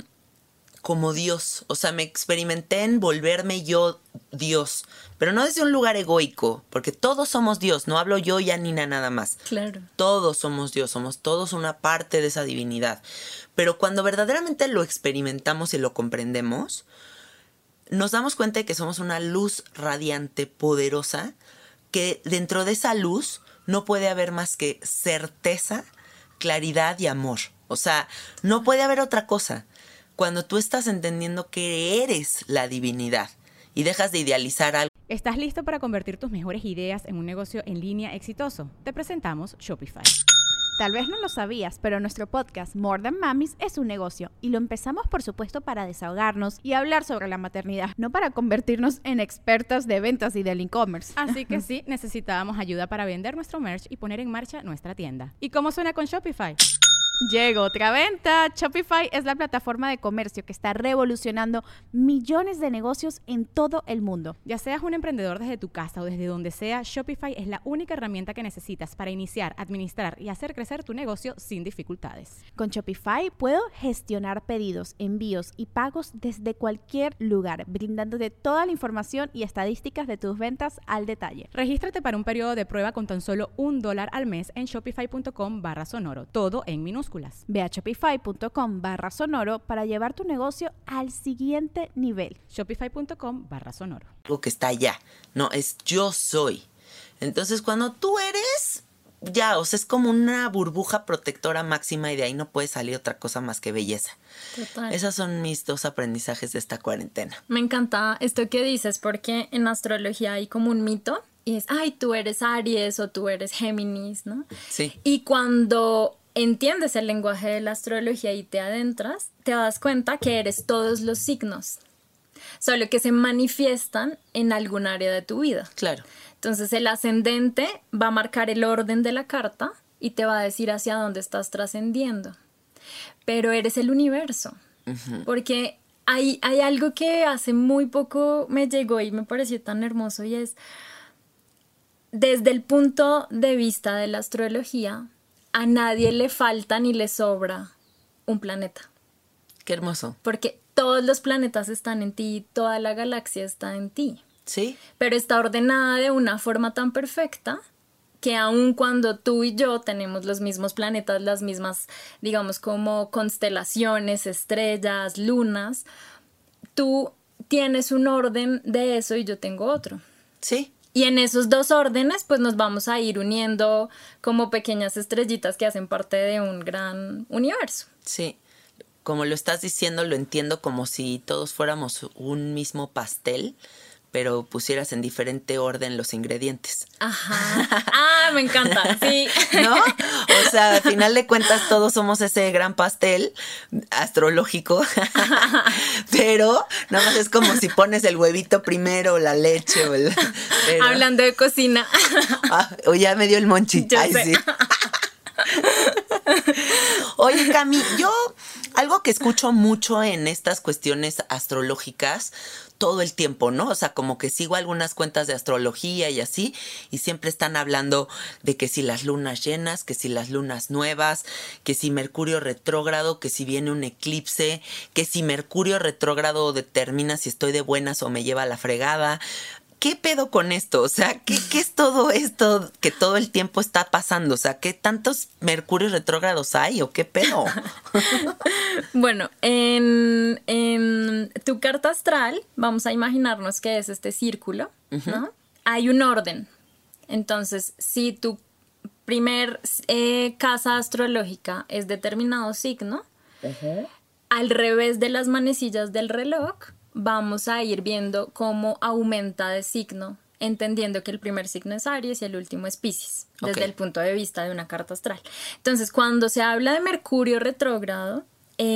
como Dios, o sea, me experimenté en volverme yo Dios, pero no desde un lugar egoico, porque todos somos Dios, no hablo yo ya ni nada más. Claro. Todos somos Dios, somos todos una parte de esa divinidad, pero cuando verdaderamente lo experimentamos y lo comprendemos, nos damos cuenta de que somos una luz radiante, poderosa, que dentro de esa luz no puede haber más que certeza, claridad y amor, o sea, no puede haber otra cosa. Cuando tú estás entendiendo que eres la divinidad y dejas de idealizar algo. ¿Estás listo para convertir tus mejores ideas en un negocio en línea exitoso? Te presentamos Shopify. Tal vez no lo sabías, pero nuestro podcast More Than Mamis es un negocio y lo empezamos por supuesto para desahogarnos y hablar sobre la maternidad, no para convertirnos en expertas de ventas y del e-commerce. Así que sí, necesitábamos ayuda para vender nuestro merch y poner en marcha nuestra tienda. ¿Y cómo suena con Shopify? Llegó otra venta. Shopify es la plataforma de comercio que está revolucionando millones de negocios en todo el mundo. Ya seas un emprendedor desde tu casa o desde donde sea, Shopify es la única herramienta que necesitas para iniciar, administrar y hacer crecer tu negocio sin dificultades. Con Shopify puedo gestionar pedidos, envíos y pagos desde cualquier lugar, brindándote toda la información y estadísticas de tus ventas al detalle. Regístrate para un periodo de prueba con tan solo un dólar al mes en shopify.com barra sonoro, todo en minúsculas. Ve a shopify.com barra sonoro para llevar tu negocio al siguiente nivel. Shopify.com barra sonoro. Algo que está allá, no, es yo soy. Entonces cuando tú eres, ya, o sea, es como una burbuja protectora máxima y de ahí no puede salir otra cosa más que belleza. Total. Esos son mis dos aprendizajes de esta cuarentena. Me encanta esto que dices porque en astrología hay como un mito y es, ay, tú eres Aries o tú eres Géminis, ¿no? Sí. Y cuando entiendes el lenguaje de la astrología y te adentras, te das cuenta que eres todos los signos, solo que se manifiestan en algún área de tu vida. Claro. Entonces el ascendente va a marcar el orden de la carta y te va a decir hacia dónde estás trascendiendo. Pero eres el universo, uh-huh. porque hay, hay algo que hace muy poco me llegó y me pareció tan hermoso y es, desde el punto de vista de la astrología, a nadie le falta ni le sobra un planeta. Qué hermoso. Porque todos los planetas están en ti, toda la galaxia está en ti. Sí. Pero está ordenada de una forma tan perfecta que aun cuando tú y yo tenemos los mismos planetas, las mismas, digamos, como constelaciones, estrellas, lunas, tú tienes un orden de eso y yo tengo otro. Sí. Y en esos dos órdenes, pues nos vamos a ir uniendo como pequeñas estrellitas que hacen parte de un gran universo. Sí, como lo estás diciendo, lo entiendo como si todos fuéramos un mismo pastel, pero pusieras en diferente orden los ingredientes. Ajá. Ah, me encanta, sí. ¿No? O sea, al final de cuentas todos somos ese gran pastel astrológico, pero nada más es como si pones el huevito primero, la leche o el... Pero... Hablando de cocina. Ah, o ya me dio el monchito. Ay, sí. Oye, Cami, yo algo que escucho mucho en estas cuestiones astrológicas, todo el tiempo, ¿no? O sea, como que sigo algunas cuentas de astrología y así, y siempre están hablando de que si las lunas llenas, que si las lunas nuevas, que si Mercurio retrógrado, que si viene un eclipse, que si Mercurio retrógrado determina si estoy de buenas o me lleva a la fregada. ¿Qué pedo con esto? O sea, ¿qué, qué es todo esto que todo el tiempo está pasando? O sea, ¿qué tantos Mercurios retrógrados hay o qué pedo? Bueno, en, en tu carta astral, vamos a imaginarnos que es este círculo, ¿no? Uh-huh. Hay un orden. Entonces, si tu primer eh, casa astrológica es determinado signo, uh-huh. al revés de las manecillas del reloj, vamos a ir viendo cómo aumenta de signo, entendiendo que el primer signo es Aries y el último es Piscis, okay. desde el punto de vista de una carta astral. Entonces, cuando se habla de Mercurio retrógrado,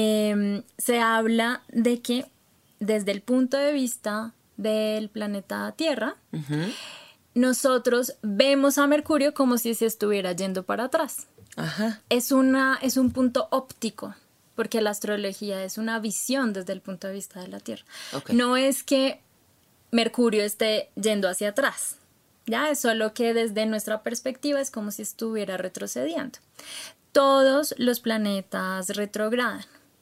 eh, se habla de que desde el punto de vista del planeta Tierra, uh-huh. nosotros vemos a Mercurio como si se estuviera yendo para atrás. Uh-huh. Es una, es un punto óptico, porque la astrología es una visión desde el punto de vista de la Tierra. Okay. No es que Mercurio esté yendo hacia atrás, ¿ya? Es solo que desde nuestra perspectiva es como si estuviera retrocediendo. Todos los planetas retrogradan,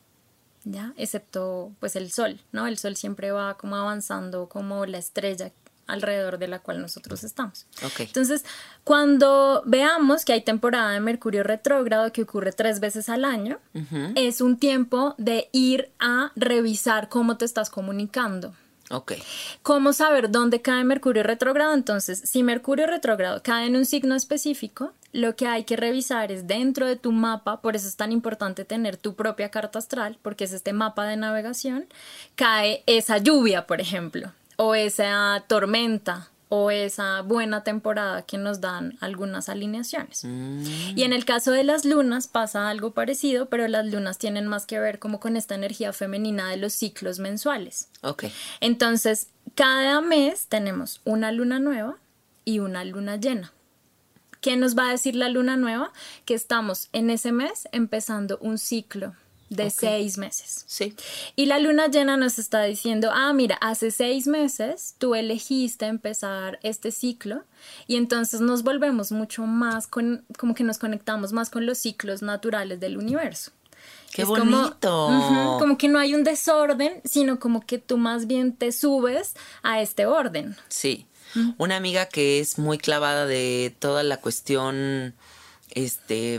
¿ya? Excepto pues el Sol, ¿no? El Sol siempre va como avanzando como la estrella alrededor de la cual nosotros estamos. Okay. Entonces, cuando veamos que hay temporada de Mercurio retrógrado que ocurre tres veces al año, uh-huh. es un tiempo de ir a revisar cómo te estás comunicando. Okay. ¿Cómo saber dónde cae Mercurio retrógrado? Entonces, si Mercurio retrógrado cae en un signo específico, lo que hay que revisar es dentro de tu mapa, por eso es tan importante tener tu propia carta astral, porque es este mapa de navegación, cae esa lluvia, por ejemplo, o esa tormenta, o esa buena temporada que nos dan algunas alineaciones. Mm. Y en el caso de las lunas pasa algo parecido, pero las lunas tienen más que ver como con esta energía femenina de los ciclos mensuales. Okay. Entonces, cada mes tenemos una luna nueva y una luna llena. ¿Qué nos va a decir la luna nueva? Que estamos en ese mes empezando un ciclo de okay. seis meses. Sí. Y la luna llena nos está diciendo, ah, mira, hace seis meses tú elegiste empezar este ciclo y entonces nos volvemos mucho más, con, como que nos conectamos más con los ciclos naturales del universo. ¡Qué es bonito! Como, uh-huh, como que no hay un desorden, sino como que tú más bien te subes a este orden. Sí. Uh-huh. Una amiga que es muy clavada de toda la cuestión, este...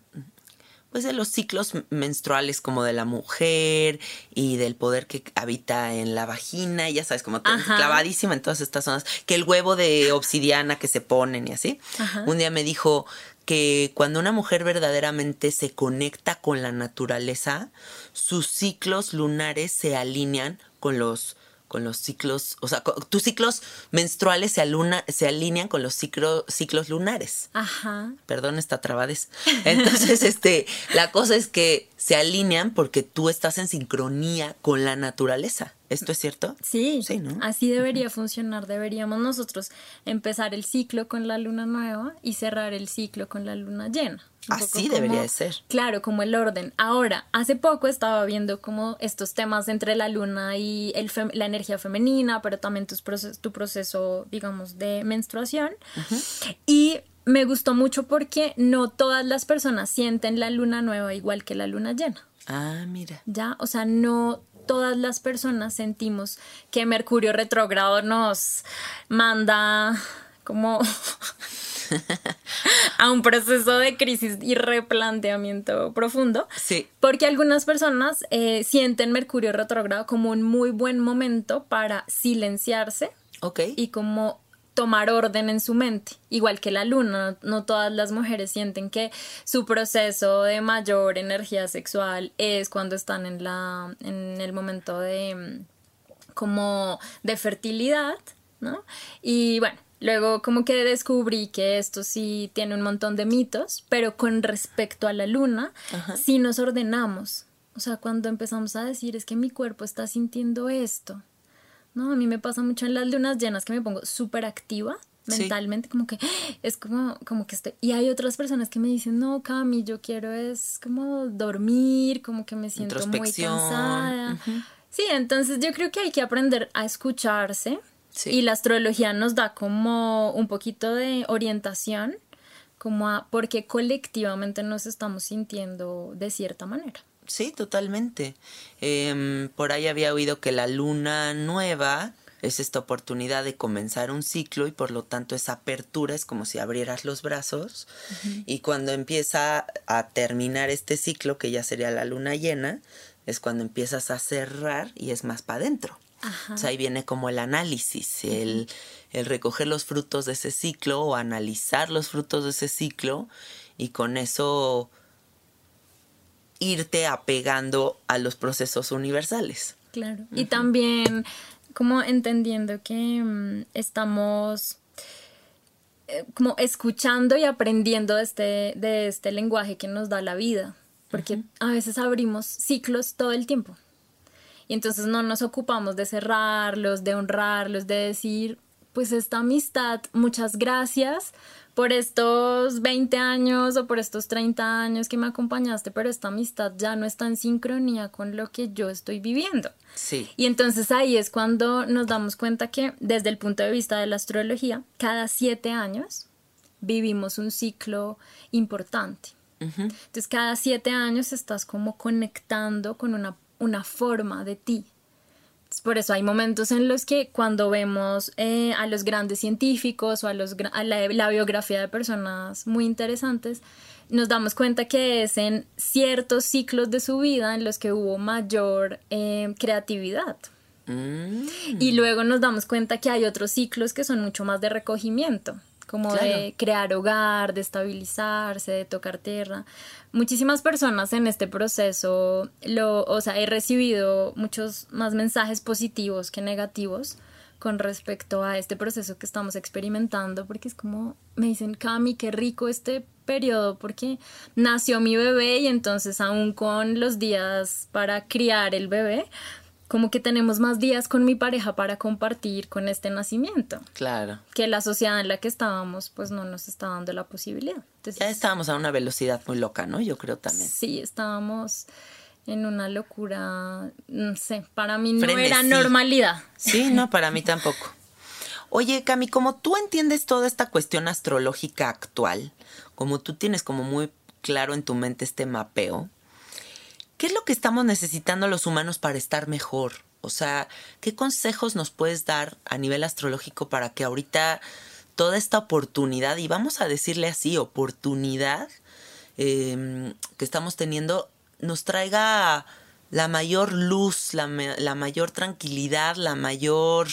pues de los ciclos menstruales como de la mujer y del poder que habita en la vagina, y ya sabes, como clavadísima en todas estas zonas, que el huevo de obsidiana que se ponen y así. Ajá. Un día me dijo que cuando una mujer verdaderamente se conecta con la naturaleza, sus ciclos lunares se alinean con los con los ciclos, o sea, con, tus ciclos menstruales se, aluna, se alinean con los ciclo, ciclos lunares. Ajá. Perdón, esta trabadez. Entonces, este, la cosa es que se alinean porque tú estás en sincronía con la naturaleza. ¿Esto es cierto? Sí, sí, ¿no? Así debería uh-huh. funcionar. Deberíamos nosotros empezar el ciclo con la luna nueva y cerrar el ciclo con la luna llena. Así debería de ser. Claro, como el orden. Ahora, hace poco estaba viendo como estos temas entre la luna y el fem- la energía femenina, pero también tus proces- tu proceso, digamos, de menstruación. Uh-huh. Y me gustó mucho porque no todas las personas sienten la luna nueva igual que la luna llena. Ah, mira. Ya, o sea, no todas las personas sentimos que Mercurio retrógrado nos manda como a un proceso de crisis y replanteamiento profundo. Sí. Porque algunas personas eh, sienten Mercurio retrógrado como un muy buen momento para silenciarse. Okay. Y como tomar orden en su mente, igual que la luna. No, no todas las mujeres sienten que su proceso de mayor energía sexual es cuando están en la en el momento de como de fertilidad, ¿no? Y bueno, luego como que descubrí que esto sí tiene un montón de mitos, pero con respecto a la luna, ajá, sí nos ordenamos. O sea, cuando empezamos a decir, es que mi cuerpo está sintiendo esto. No, a mí me pasa mucho en las lunas llenas que me pongo súper activa mentalmente, sí, como que es como, como que estoy... Y hay otras personas que me dicen, no, Cami, yo quiero es como dormir, como que me siento muy cansada. Uh-huh. Sí, entonces yo creo que hay que aprender a escucharse. Sí. Y la astrología nos da como un poquito de orientación, como a por qué colectivamente nos estamos sintiendo de cierta manera. Sí, totalmente. Eh, por ahí había oído que la luna nueva es esta oportunidad de comenzar un ciclo y por lo tanto esa apertura es como si abrieras los brazos. Uh-huh. Y cuando empieza a terminar este ciclo, que ya sería la luna llena, es cuando empiezas a cerrar y es más para adentro. Ajá. O sea, ahí viene como el análisis, el, el recoger los frutos de ese ciclo o analizar los frutos de ese ciclo y con eso irte apegando a los procesos universales. Claro. Uh-huh. Y también como entendiendo que um, estamos eh, como escuchando y aprendiendo de este, de este lenguaje que nos da la vida, porque uh-huh. a veces abrimos ciclos todo el tiempo. Y entonces no nos ocupamos de cerrarlos, de honrarlos, de decir, pues esta amistad, muchas gracias por estos veinte años o por estos treinta años que me acompañaste, pero esta amistad ya no está en sincronía con lo que yo estoy viviendo. Sí. Y entonces ahí es cuando nos damos cuenta que desde el punto de vista de la astrología, cada siete años vivimos un ciclo importante. Uh-huh. Entonces cada siete años estás como conectando con una una forma de ti. Por eso hay momentos en los que cuando vemos eh, a los grandes científicos o a, los, a la, la biografía de personas muy interesantes, nos damos cuenta que es en ciertos ciclos de su vida en los que hubo mayor eh, creatividad. Mm. Y luego nos damos cuenta que hay otros ciclos que son mucho más de recogimiento, como claro. de crear hogar, de estabilizarse, de tocar tierra. Muchísimas personas en este proceso, lo, o sea, he recibido muchos más mensajes positivos que negativos con respecto a este proceso que estamos experimentando, porque es como, me dicen, Cami, qué rico este periodo, porque nació mi bebé y entonces aún con los días para criar el bebé, como que tenemos más días con mi pareja para compartir con este nacimiento. Claro. Que la sociedad en la que estábamos, pues no nos está dando la posibilidad. Entonces, ya estábamos a una velocidad muy loca, ¿no? Yo creo también. Sí, estábamos en una locura, no sé, para mí no Frenesí. Era normalidad. Sí, no, para mí tampoco. Oye, Cami, como tú entiendes toda esta cuestión astrológica actual, como tú tienes como muy claro en tu mente este mapeo, ¿qué es lo que estamos necesitando los humanos para estar mejor? O sea, ¿qué consejos nos puedes dar a nivel astrológico para que ahorita toda esta oportunidad, y vamos a decirle así, oportunidad eh, que estamos teniendo, nos traiga la mayor luz, la, la mayor tranquilidad, la mayor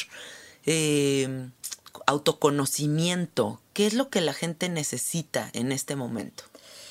eh, autoconocimiento? ¿Qué es lo que la gente necesita en este momento?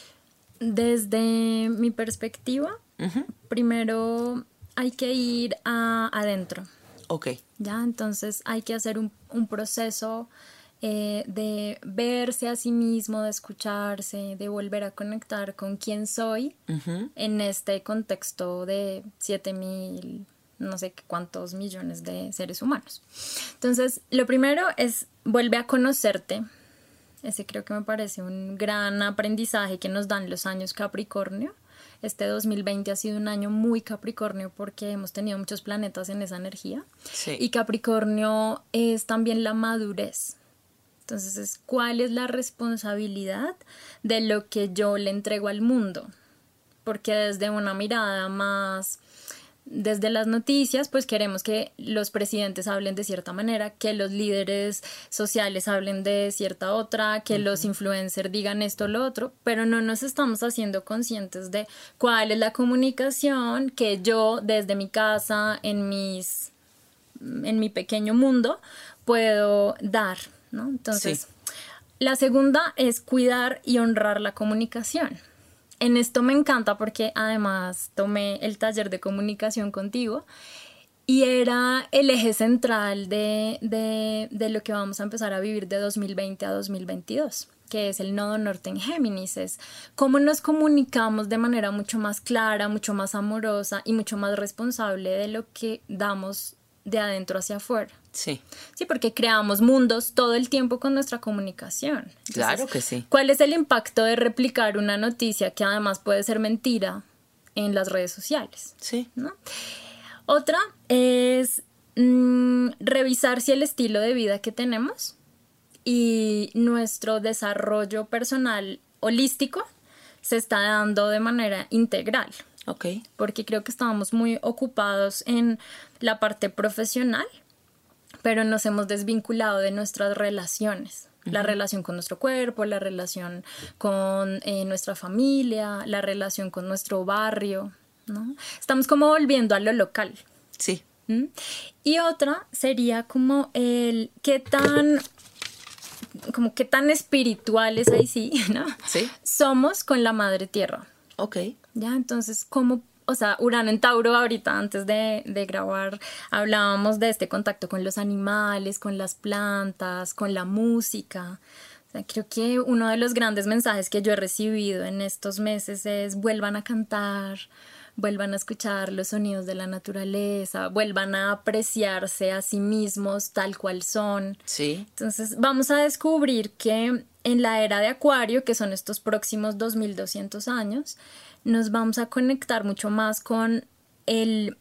Desde mi perspectiva, uh-huh. primero hay que ir a, adentro. Ok. Ya, entonces hay que hacer un, un proceso eh, de verse a sí mismo, de escucharse, de volver a conectar con quién soy uh-huh. en este contexto de siete mil, no sé cuántos millones de seres humanos. Entonces, lo primero es vuelve a conocerte. Ese creo que me parece un gran aprendizaje que nos dan los años Capricornio. Este dos mil veinte ha sido un año muy Capricornio porque hemos tenido muchos planetas en esa energía. Sí. Y Capricornio es también la madurez. Entonces, es cuál es la responsabilidad de lo que yo le entrego al mundo. Porque desde una mirada más... Desde las noticias, pues queremos que los presidentes hablen de cierta manera, que los líderes sociales hablen de cierta otra, que uh-huh. los influencers digan esto o lo otro, pero no nos estamos haciendo conscientes de cuál es la comunicación que yo desde mi casa, en mis, en mi pequeño mundo, puedo dar, ¿no? Entonces, sí. La segunda es cuidar y honrar la comunicación. En esto me encanta porque además tomé el taller de comunicación contigo y era el eje central de, de, de lo que vamos a empezar a vivir de dos mil veinte a dos mil veintidós, que es el nodo norte en Géminis. Es cómo nos comunicamos de manera mucho más clara, mucho más amorosa y mucho más responsable de lo que damos de adentro hacia afuera. Sí. Sí, porque creamos mundos todo el tiempo con nuestra comunicación. Entonces, claro que sí. ¿Cuál es el impacto de replicar una noticia que además puede ser mentira en las redes sociales? Sí. ¿No? Otra es mmm, revisar si el estilo de vida que tenemos y nuestro desarrollo personal holístico se está dando de manera integral. Okay. Porque creo que estábamos muy ocupados en la parte profesional, pero nos hemos desvinculado de nuestras relaciones. Uh-huh. La relación con nuestro cuerpo, la relación con eh, nuestra familia, la relación con nuestro barrio, ¿no? Estamos como volviendo a lo local. Sí. ¿Mm? Y otra sería como el qué tan... como qué tan espirituales ahí sí, ¿no? Sí. Somos con la madre tierra. Ok. Ya, entonces, ¿cómo? O sea, Urano en Tauro, ahorita antes de, de grabar, hablábamos de este contacto con los animales, con las plantas, con la música. O sea, creo que uno de los grandes mensajes que yo he recibido en estos meses es vuelvan a cantar, vuelvan a escuchar los sonidos de la naturaleza, vuelvan a apreciarse a sí mismos tal cual son. Sí. Entonces vamos a descubrir que en la era de Acuario, que son estos próximos dos mil doscientos años, nos vamos a conectar mucho más con el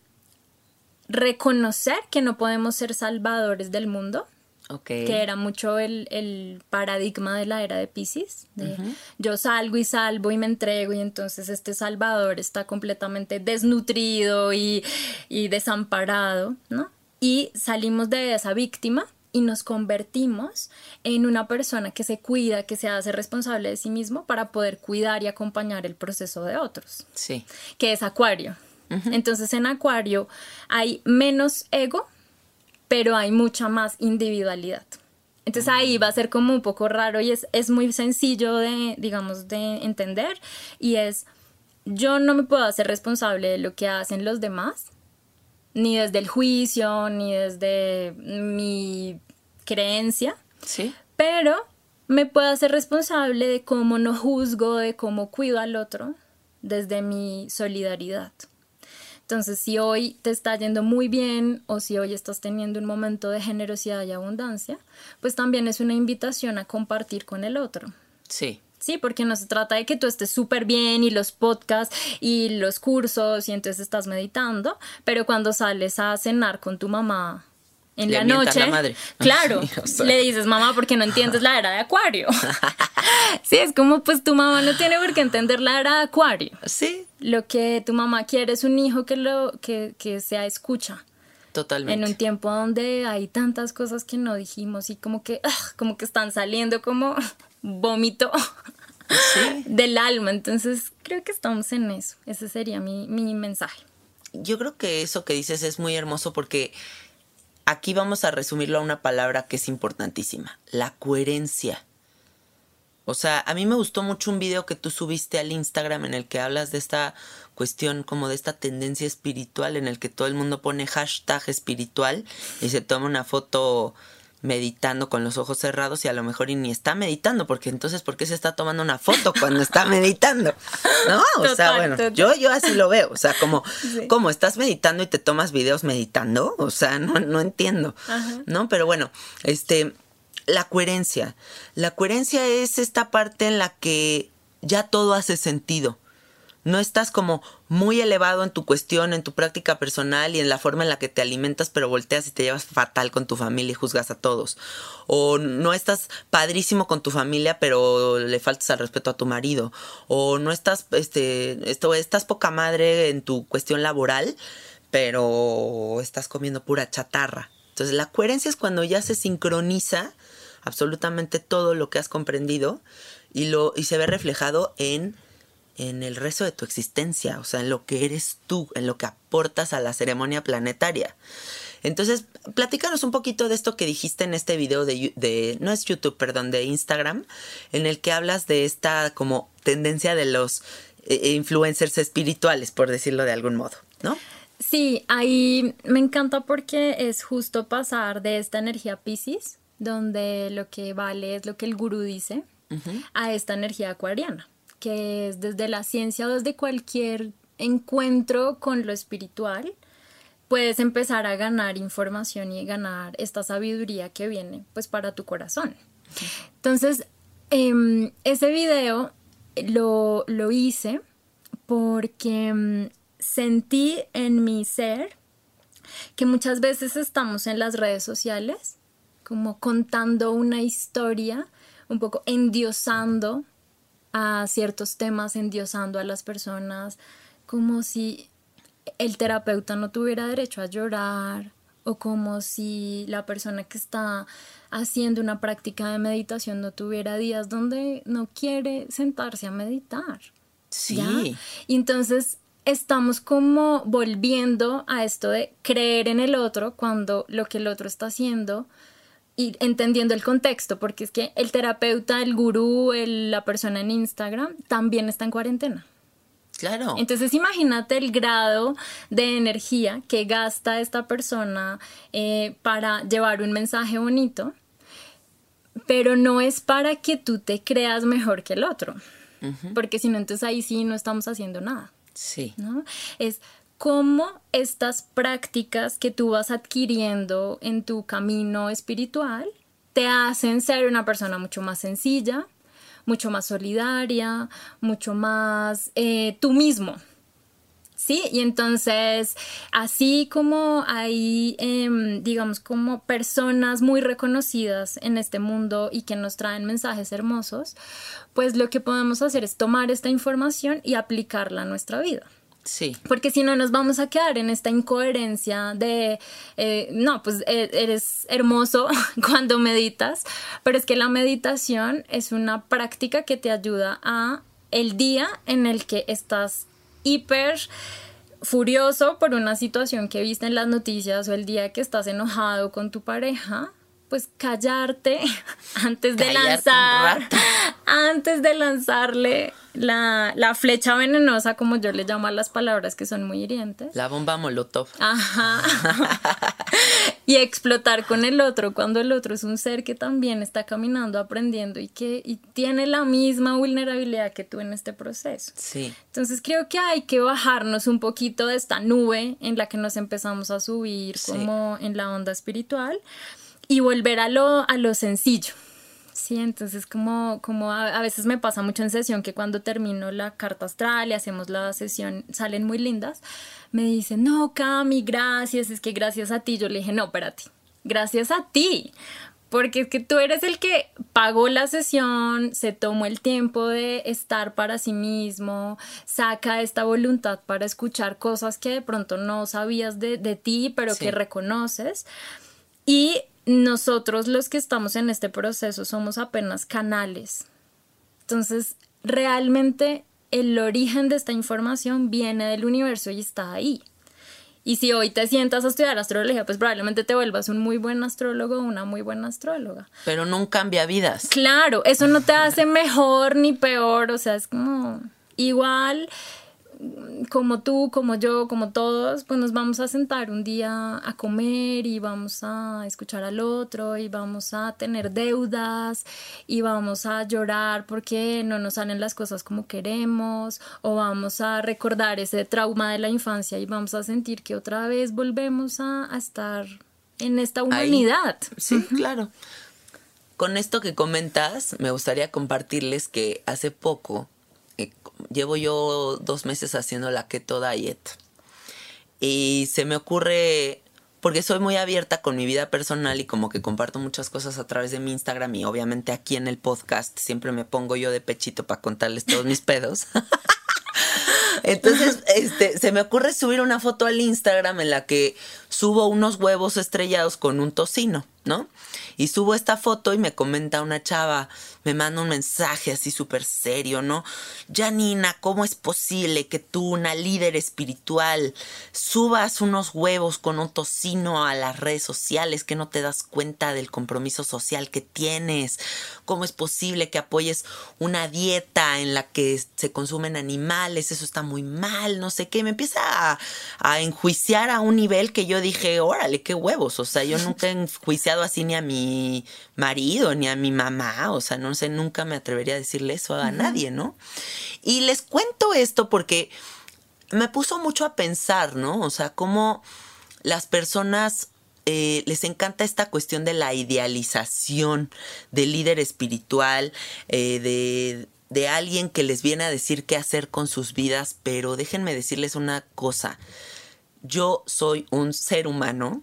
reconocer que no podemos ser salvadores del mundo. Okay. Que era mucho el, el paradigma de la era de Piscis, de uh-huh. yo salgo y salvo y me entrego y entonces este salvador está completamente desnutrido y, y desamparado, ¿no? Y salimos de esa víctima y nos convertimos en una persona que se cuida, que se hace responsable de sí mismo para poder cuidar y acompañar el proceso de otros. Sí. Que es Acuario. Uh-huh. Entonces en Acuario hay menos ego, pero hay mucha más individualidad. Entonces ahí va a ser como un poco raro y es, es muy sencillo de, digamos, de entender. Y es, yo no me puedo hacer responsable de lo que hacen los demás, ni desde el juicio, ni desde mi creencia. Sí. Pero me puedo hacer responsable de cómo no juzgo, de cómo cuido al otro, desde mi solidaridad. Entonces, si hoy te está yendo muy bien o si hoy estás teniendo un momento de generosidad y abundancia, pues también es una invitación a compartir con el otro. Sí. Sí, porque no se trata de que tú estés súper bien y los podcasts y los cursos y entonces estás meditando, pero cuando sales a cenar con tu mamá en le la noche, la madre. claro, Sí, o sea. le dices, mamá, porque no entiendes la era de Acuario. Sí, es como, pues tu mamá no tiene por qué entender la era de Acuario. Sí. Lo que tu mamá quiere es un hijo que, lo, que, que sea escucha. Totalmente. En un tiempo donde hay tantas cosas que no dijimos y como que, ugh, como que están saliendo como vómito sí. del alma. Entonces creo que estamos en eso. Ese sería mi, mi mensaje. Yo creo que eso que dices es muy hermoso porque aquí vamos a resumirlo a una palabra que es importantísima, la coherencia. O sea, a mí me gustó mucho un video que tú subiste al Instagram en el que hablas de esta cuestión, como de esta tendencia espiritual, en el que todo el mundo pone hashtag espiritual y se toma una foto meditando con los ojos cerrados y a lo mejor y ni está meditando, porque entonces, ¿por qué se está tomando una foto cuando está meditando? ¿No? O total, sea, bueno, total. yo yo así lo veo. O sea, como, sí. como estás meditando y te tomas videos meditando, o sea, no, no entiendo. Ajá. ¿No? Pero bueno, este... La coherencia. La coherencia es esta parte en la que ya todo hace sentido. No estás como muy elevado en tu cuestión, en tu práctica personal y en la forma en la que te alimentas, pero volteas y te llevas fatal con tu familia y juzgas a todos. O no estás padrísimo con tu familia, pero le faltas al respeto a tu marido. O no estás, este, esto, estás poca madre en tu cuestión laboral, pero estás comiendo pura chatarra. Entonces la coherencia es cuando ya se sincroniza absolutamente todo lo que has comprendido y lo y se ve reflejado en, en el resto de tu existencia, o sea, en lo que eres tú, en lo que aportas a la ceremonia planetaria. Entonces, platícanos un poquito de esto que dijiste en este video de, de no es YouTube, perdón, de Instagram, en el que hablas de esta como tendencia de los eh, influencers espirituales, por decirlo de algún modo, ¿no? Sí, ahí me encanta porque es justo pasar de esta energía Piscis, donde lo que vale es lo que el gurú dice, uh-huh. a esta energía acuariana, que es desde la ciencia o desde cualquier encuentro con lo espiritual, puedes empezar a ganar información y ganar esta sabiduría que viene pues para tu corazón. Uh-huh. Entonces, eh, ese video lo, lo hice porque... sentí en mi ser que muchas veces estamos en las redes sociales como contando una historia, un poco endiosando a ciertos temas, endiosando a las personas, como si el terapeuta no tuviera derecho a llorar, o como si la persona que está haciendo una práctica de meditación no tuviera días donde no quiere sentarse a meditar. Sí. ¿Ya? Y entonces estamos como volviendo a esto de creer en el otro cuando lo que el otro está haciendo, y entendiendo el contexto, porque es que el terapeuta, el gurú, el, la persona en Instagram también está en cuarentena. Claro. Entonces imagínate el grado de energía que gasta esta persona eh, para llevar un mensaje bonito, pero no es para que tú te creas mejor que el otro, uh-huh. porque si no, entonces ahí sí no estamos haciendo nada. Sí. ¿No? Es cómo estas prácticas que tú vas adquiriendo en tu camino espiritual te hacen ser una persona mucho más sencilla, mucho más solidaria, mucho más eh, tú mismo, ¿sí? Y entonces, así como hay, eh, digamos, como personas muy reconocidas en este mundo y que nos traen mensajes hermosos, pues lo que podemos hacer es tomar esta información y aplicarla a nuestra vida. Sí. Porque si no nos vamos a quedar en esta incoherencia de, eh, no, pues eres hermoso cuando meditas, pero es que la meditación es una práctica que te ayuda a el día en el que estás hiper furioso por una situación que viste en las noticias, o el día que estás enojado con tu pareja, pues callarte antes de Callarte lanzar, antes de lanzarle la, la flecha venenosa, como yo le llamo a las palabras que son muy hirientes. La bomba molotov. Ajá. Y explotar con el otro cuando el otro es un ser que también está caminando, aprendiendo y que y tiene la misma vulnerabilidad que tú en este proceso. Sí. Entonces creo que hay que bajarnos un poquito de esta nube en la que nos empezamos a subir, sí, como en la onda espiritual, y volver a lo, a lo sencillo. Sí, entonces como, como a, a veces me pasa mucho en sesión que cuando termino la carta astral y hacemos la sesión, salen muy lindas, me dicen, no, Cami, gracias, es que gracias a ti. Yo le dije, no, espérate, gracias a ti, porque es que tú eres el que pagó la sesión, se tomó el tiempo de estar para sí mismo, saca esta voluntad para escuchar cosas que de pronto no sabías de, de ti, pero sí, que reconoces. Y nosotros los que estamos en este proceso somos apenas canales. Entonces, realmente el origen de esta información viene del universo y está ahí. Y si hoy te sientas a estudiar astrología, pues probablemente te vuelvas un muy buen astrólogo o una muy buena astróloga. Pero no un cambia vidas. Claro, eso no te hace mejor ni peor, o sea, es como igual. Como tú, como yo, como todos, pues nos vamos a sentar un día a comer y vamos a escuchar al otro y vamos a tener deudas y vamos a llorar porque no nos salen las cosas como queremos, o vamos a recordar ese trauma de la infancia y vamos a sentir que otra vez volvemos a, a estar en esta humanidad. Ahí. Sí, uh-huh. Claro. Con esto que comentas, me gustaría compartirles que hace poco llevo yo dos meses haciendo la Keto Diet y se me ocurre, porque soy muy abierta con mi vida personal y como que comparto muchas cosas a través de mi Instagram, y obviamente aquí en el podcast siempre me pongo yo de pechito para contarles todos mis pedos. Entonces este, se me ocurre subir una foto al Instagram en la que subo unos huevos estrellados con un tocino, ¿no? Y subo esta foto y me comenta una chava, me manda un mensaje así súper serio, ¿no? Janina, ¿cómo es posible que tú, una líder espiritual, subas unos huevos con un tocino a las redes sociales, que no te das cuenta del compromiso social que tienes? ¿Cómo es posible que apoyes una dieta en la que se consumen animales? Eso está muy mal, no sé qué. Me empieza a, a enjuiciar a un nivel que yo dije, órale, qué huevos. O sea, yo nunca he enjuiciado así ni a mi marido, ni a mi mamá. O sea, no sé, nunca me atrevería a decirle eso a uh-huh. nadie, ¿no? Y les cuento esto porque me puso mucho a pensar, ¿no? O sea, cómo las personas eh, les encanta esta cuestión de la idealización del líder espiritual, eh, de... de alguien que les viene a decir qué hacer con sus vidas, pero déjenme decirles una cosa. yo soy un ser humano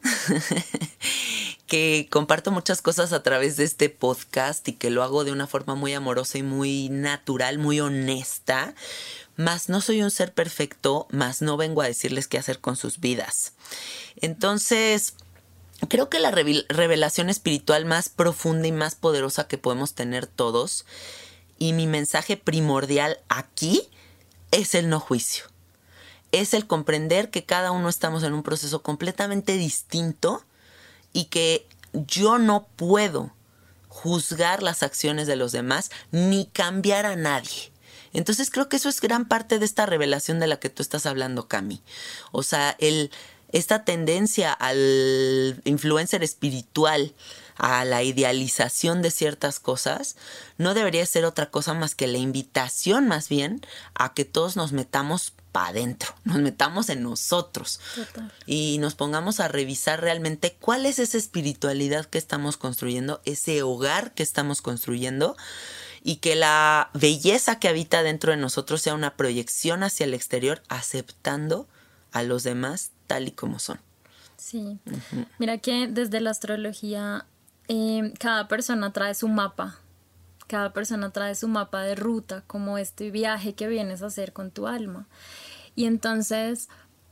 que comparto muchas cosas a través de este podcast y que lo hago de una forma muy amorosa y muy natural, muy honesta. Mas no soy un ser perfecto, mas no vengo a decirles qué hacer con sus vidas. Entonces, creo que la revelación espiritual más profunda y más poderosa que podemos tener todos, y mi mensaje primordial aquí, es el no juicio. Es el comprender que cada uno estamos en un proceso completamente distinto y que yo no puedo juzgar las acciones de los demás ni cambiar a nadie. Entonces creo que eso es gran parte de esta revelación de la que tú estás hablando, Cami. O sea, el, esta tendencia al influencer espiritual, a la idealización de ciertas cosas, no debería ser otra cosa más que la invitación más bien a que todos nos metamos para adentro, nos metamos en nosotros. Total. Y nos pongamos a revisar realmente cuál es esa espiritualidad que estamos construyendo, ese hogar que estamos construyendo, y que la belleza que habita dentro de nosotros sea una proyección hacia el exterior, aceptando a los demás tal y como son. Sí. Uh-huh. Mira que desde la astrología eh, cada persona trae su mapa. Cada persona trae su mapa de ruta, como este viaje que vienes a hacer con tu alma. Y entonces,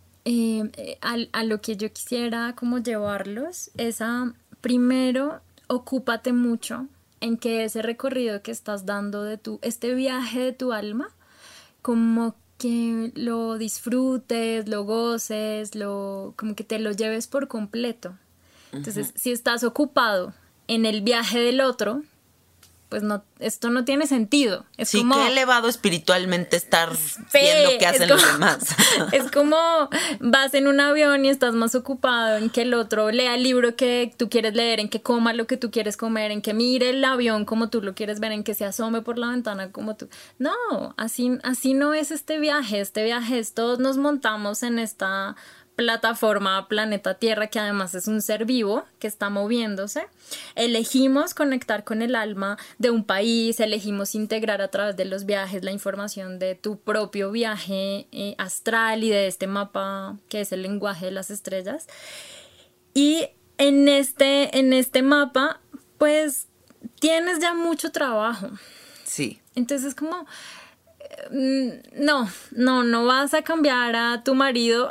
eh, a, a lo que yo quisiera como llevarlos es a, primero, ocúpate mucho en que ese recorrido que estás dando de tu, este viaje de tu alma, como que lo disfrutes, lo goces, lo, como que te lo lleves por completo. Entonces, uh-huh. si estás ocupado en el viaje del otro, pues no, esto no tiene sentido. Es sí, como, qué elevado espiritualmente estar viendo qué hacen como, los demás. Es como vas en un avión y estás más ocupado en que el otro lea el libro que tú quieres leer, en que coma lo que tú quieres comer, en que mire el avión como tú lo quieres ver, en que se asome por la ventana como tú. No, así, así no es este viaje. Este viaje es todos nos montamos en esta plataforma planeta Tierra, que además es un ser vivo que está moviéndose. Elegimos conectar con el alma de un país, elegimos integrar a través de los viajes la información de tu propio viaje eh, astral y de este mapa que es el lenguaje de las estrellas. Y en este, en este mapa, pues tienes ya mucho trabajo. Sí. Entonces como no, no, no vas a cambiar a tu marido.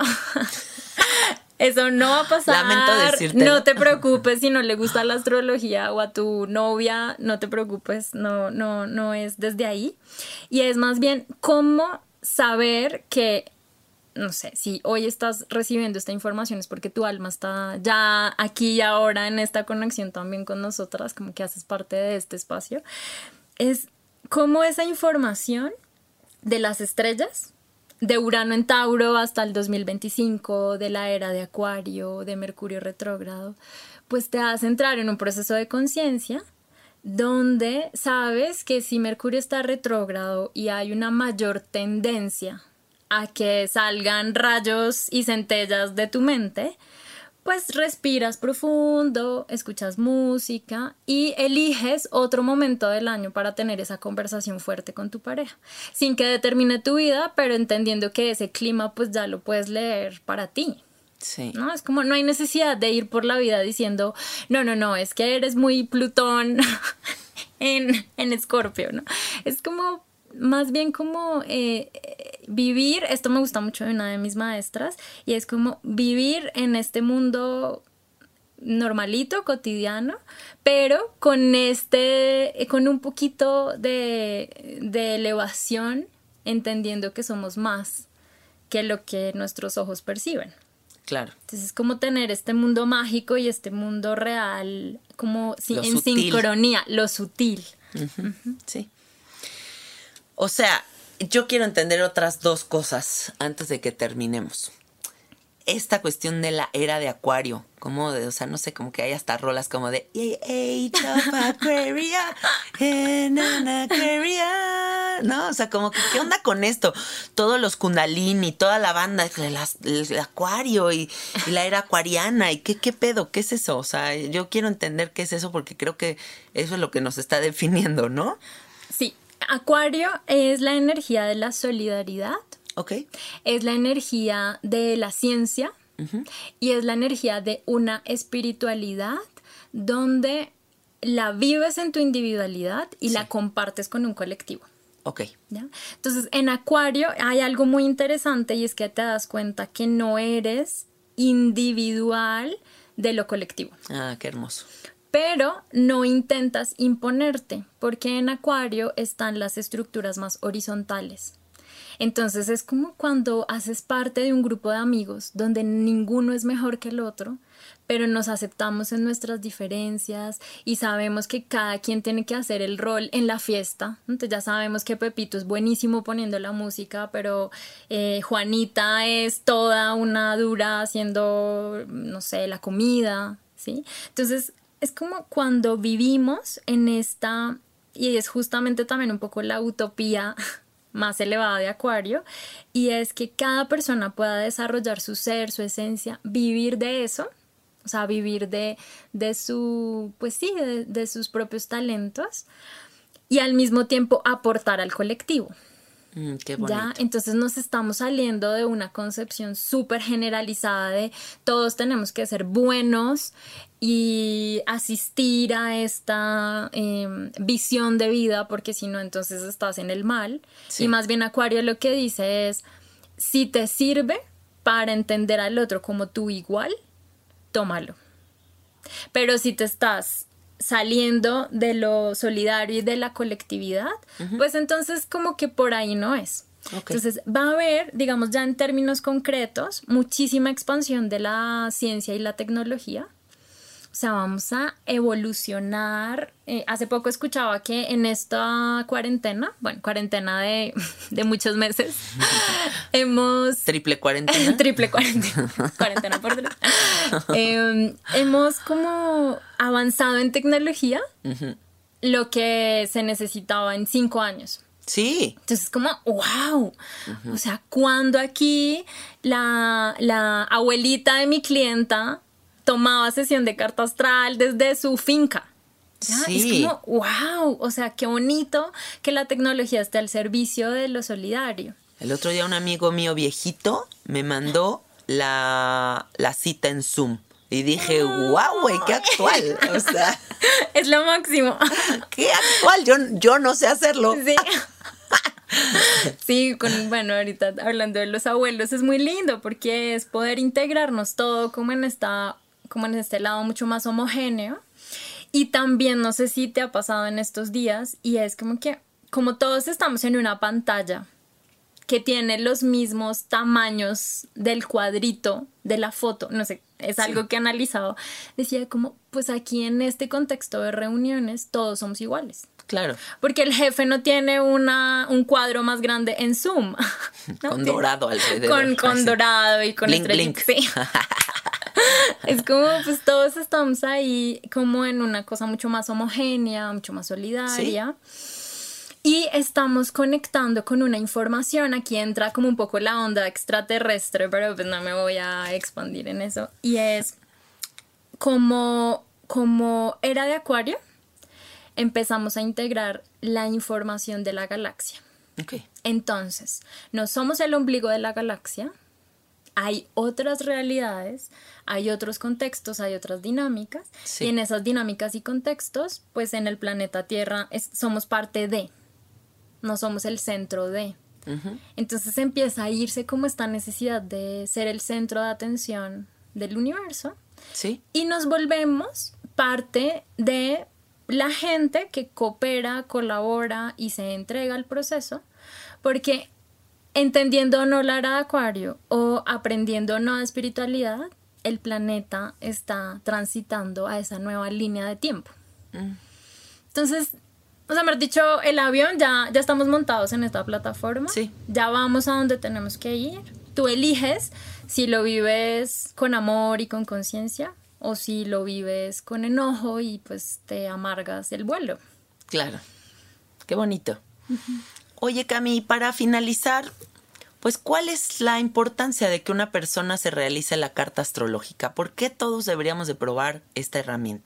Eso no va a pasar. Lamento decirte. No te preocupes si no le gusta la astrología, o a tu novia, no te preocupes, no, no, no es desde ahí. Y es más bien cómo saber que, no sé, si hoy estás recibiendo esta información es porque tu alma está ya aquí y ahora en esta conexión también con nosotras, como que haces parte de este espacio. Es cómo esa información de las estrellas, de Urano en Tauro hasta el dos mil veinticinco, de la era de Acuario, de Mercurio retrógrado, pues te hace entrar en un proceso de conciencia donde sabes que si Mercurio está retrógrado y hay una mayor tendencia a que salgan rayos y centellas de tu mente, pues respiras profundo, escuchas música y eliges otro momento del año para tener esa conversación fuerte con tu pareja, sin que determine tu vida, pero entendiendo que ese clima pues ya lo puedes leer para ti. Sí. ¿No? Es como no hay necesidad de ir por la vida diciendo, no, no, no, es que eres muy Plutón en, en Escorpio, ¿no? Es como más bien como eh, vivir, esto me gusta mucho de una de mis maestras, y es como vivir en este mundo normalito, cotidiano, pero con este, con un poquito de, de elevación, entendiendo que somos más que lo que nuestros ojos perciben. Claro. Entonces es como tener este mundo mágico y este mundo real, como si, en sutil. sincronía, lo sutil. Uh-huh. Uh-huh. Sí. O sea, yo quiero entender otras dos cosas antes de que terminemos. Esta cuestión de la era de Acuario, como de, o sea, no sé, como que hay hasta rolas como de Age of Aquaria, en Aquaria, ¿no? O sea, como que, ¿qué onda con esto? Todos los Kundalini, toda la banda, el, el Acuario y, y la era acuariana, y qué, qué pedo, ¿qué es eso? O sea, yo quiero entender qué es eso porque creo que eso es lo que nos está definiendo, ¿no? Sí. Acuario es la energía de la solidaridad. Ok. Es la energía de la ciencia, Uh-huh. Y es la energía de una espiritualidad donde la vives en tu individualidad y sí. la compartes con un colectivo. Ok. ¿Ya? Entonces, en Acuario hay algo muy interesante y es que te das cuenta que no eres individual de lo colectivo. Ah, qué hermoso. Pero no intentas imponerte, porque en Acuario están las estructuras más horizontales. Entonces es como cuando haces parte de un grupo de amigos donde ninguno es mejor que el otro, pero nos aceptamos en nuestras diferencias y sabemos que cada quien tiene que hacer el rol en la fiesta. Entonces ya sabemos que Pepito es buenísimo poniendo la música, pero eh, Juanita es toda una dura haciendo, no sé, la comida, ¿sí? Entonces es como cuando vivimos en esta, y es justamente también un poco la utopía más elevada de Acuario, y es que cada persona pueda desarrollar su ser, su esencia, vivir de eso, o sea, vivir de, de su, pues sí, de, de sus propios talentos y al mismo tiempo aportar al colectivo. Mm, qué bonito. ¿Ya? Entonces nos estamos saliendo de una concepción súper generalizada de todos tenemos que ser buenos y asistir a esta eh, visión de vida, porque si no entonces estás en el mal. Sí. Y más bien Acuario lo que dice es, si te sirve para entender al otro como tú igual, tómalo. Pero si te estás saliendo de lo solidario y de la colectividad, uh-huh. pues entonces como que por ahí no es. Okay. Entonces va a haber, digamos ya en términos concretos, muchísima expansión de la ciencia y la tecnología. O sea, vamos a evolucionar. Eh, hace poco escuchaba que en esta cuarentena, bueno, cuarentena de, de muchos meses, hemos... Triple cuarentena. Triple cuarentena. Cuarentena por tres. Eh, hemos como avanzado en tecnología, uh-huh. lo que se necesitaba en cinco años. Sí. Entonces, como, wow. Uh-huh. O sea, cuando aquí la, la abuelita de mi clienta tomaba sesión de carta astral desde su finca. ¿Ya? Sí. Es como, wow, o sea, qué bonito que la tecnología esté al servicio de lo solidario. El otro día un amigo mío viejito me mandó la, la cita en Zoom. Y dije, wow, güey, qué actual. O sea, es lo máximo. Qué actual, yo, yo no sé hacerlo. Sí. Sí, con, bueno, ahorita hablando de los abuelos es muy lindo porque es poder integrarnos todo como en esta... como en este lado mucho más homogéneo. Y también no sé si te ha pasado en estos días y es como que como todos estamos en una pantalla que tiene los mismos tamaños del cuadrito de la foto, no sé, es algo sí. que he analizado, decía como pues aquí en este contexto de reuniones todos somos iguales. Claro. Porque el jefe no tiene una, un cuadro más grande en Zoom, ¿no? Con dorado alrededor. Con, con dorado y con blink, blink. Sí. Es como, pues todos estamos ahí como en una cosa mucho más homogénea, mucho más solidaria. ¿Sí? Y estamos conectando con una información. Aquí entra como un poco la onda extraterrestre, pero pues no me voy a expandir en eso. Y es como, como era de Acuario, empezamos a integrar la información de la galaxia. Okay. Entonces, no somos el ombligo de la galaxia. Hay otras realidades, hay otros contextos, hay otras dinámicas. Sí. Y en esas dinámicas y contextos, pues en el planeta Tierra es, somos parte de, no somos el centro de. Uh-huh. Entonces empieza a irse como esta necesidad de ser el centro de atención del universo. Sí. Y nos volvemos parte de la gente que coopera, colabora y se entrega al proceso, porque entendiendo o no la era de Acuario o aprendiendo o no de espiritualidad, el planeta está transitando a esa nueva línea de tiempo. Mm. Entonces, o sea, me has dicho, el avión, ya, ya estamos montados en esta plataforma. Sí. Ya vamos a donde tenemos que ir. Tú eliges si lo vives con amor y con conciencia o si lo vives con enojo y pues te amargas el vuelo. Claro. Qué bonito. Uh-huh. Oye, Cami, para finalizar, pues, ¿cuál es la importancia de que una persona se realice la carta astrológica? ¿Por qué todos deberíamos de probar esta herramienta?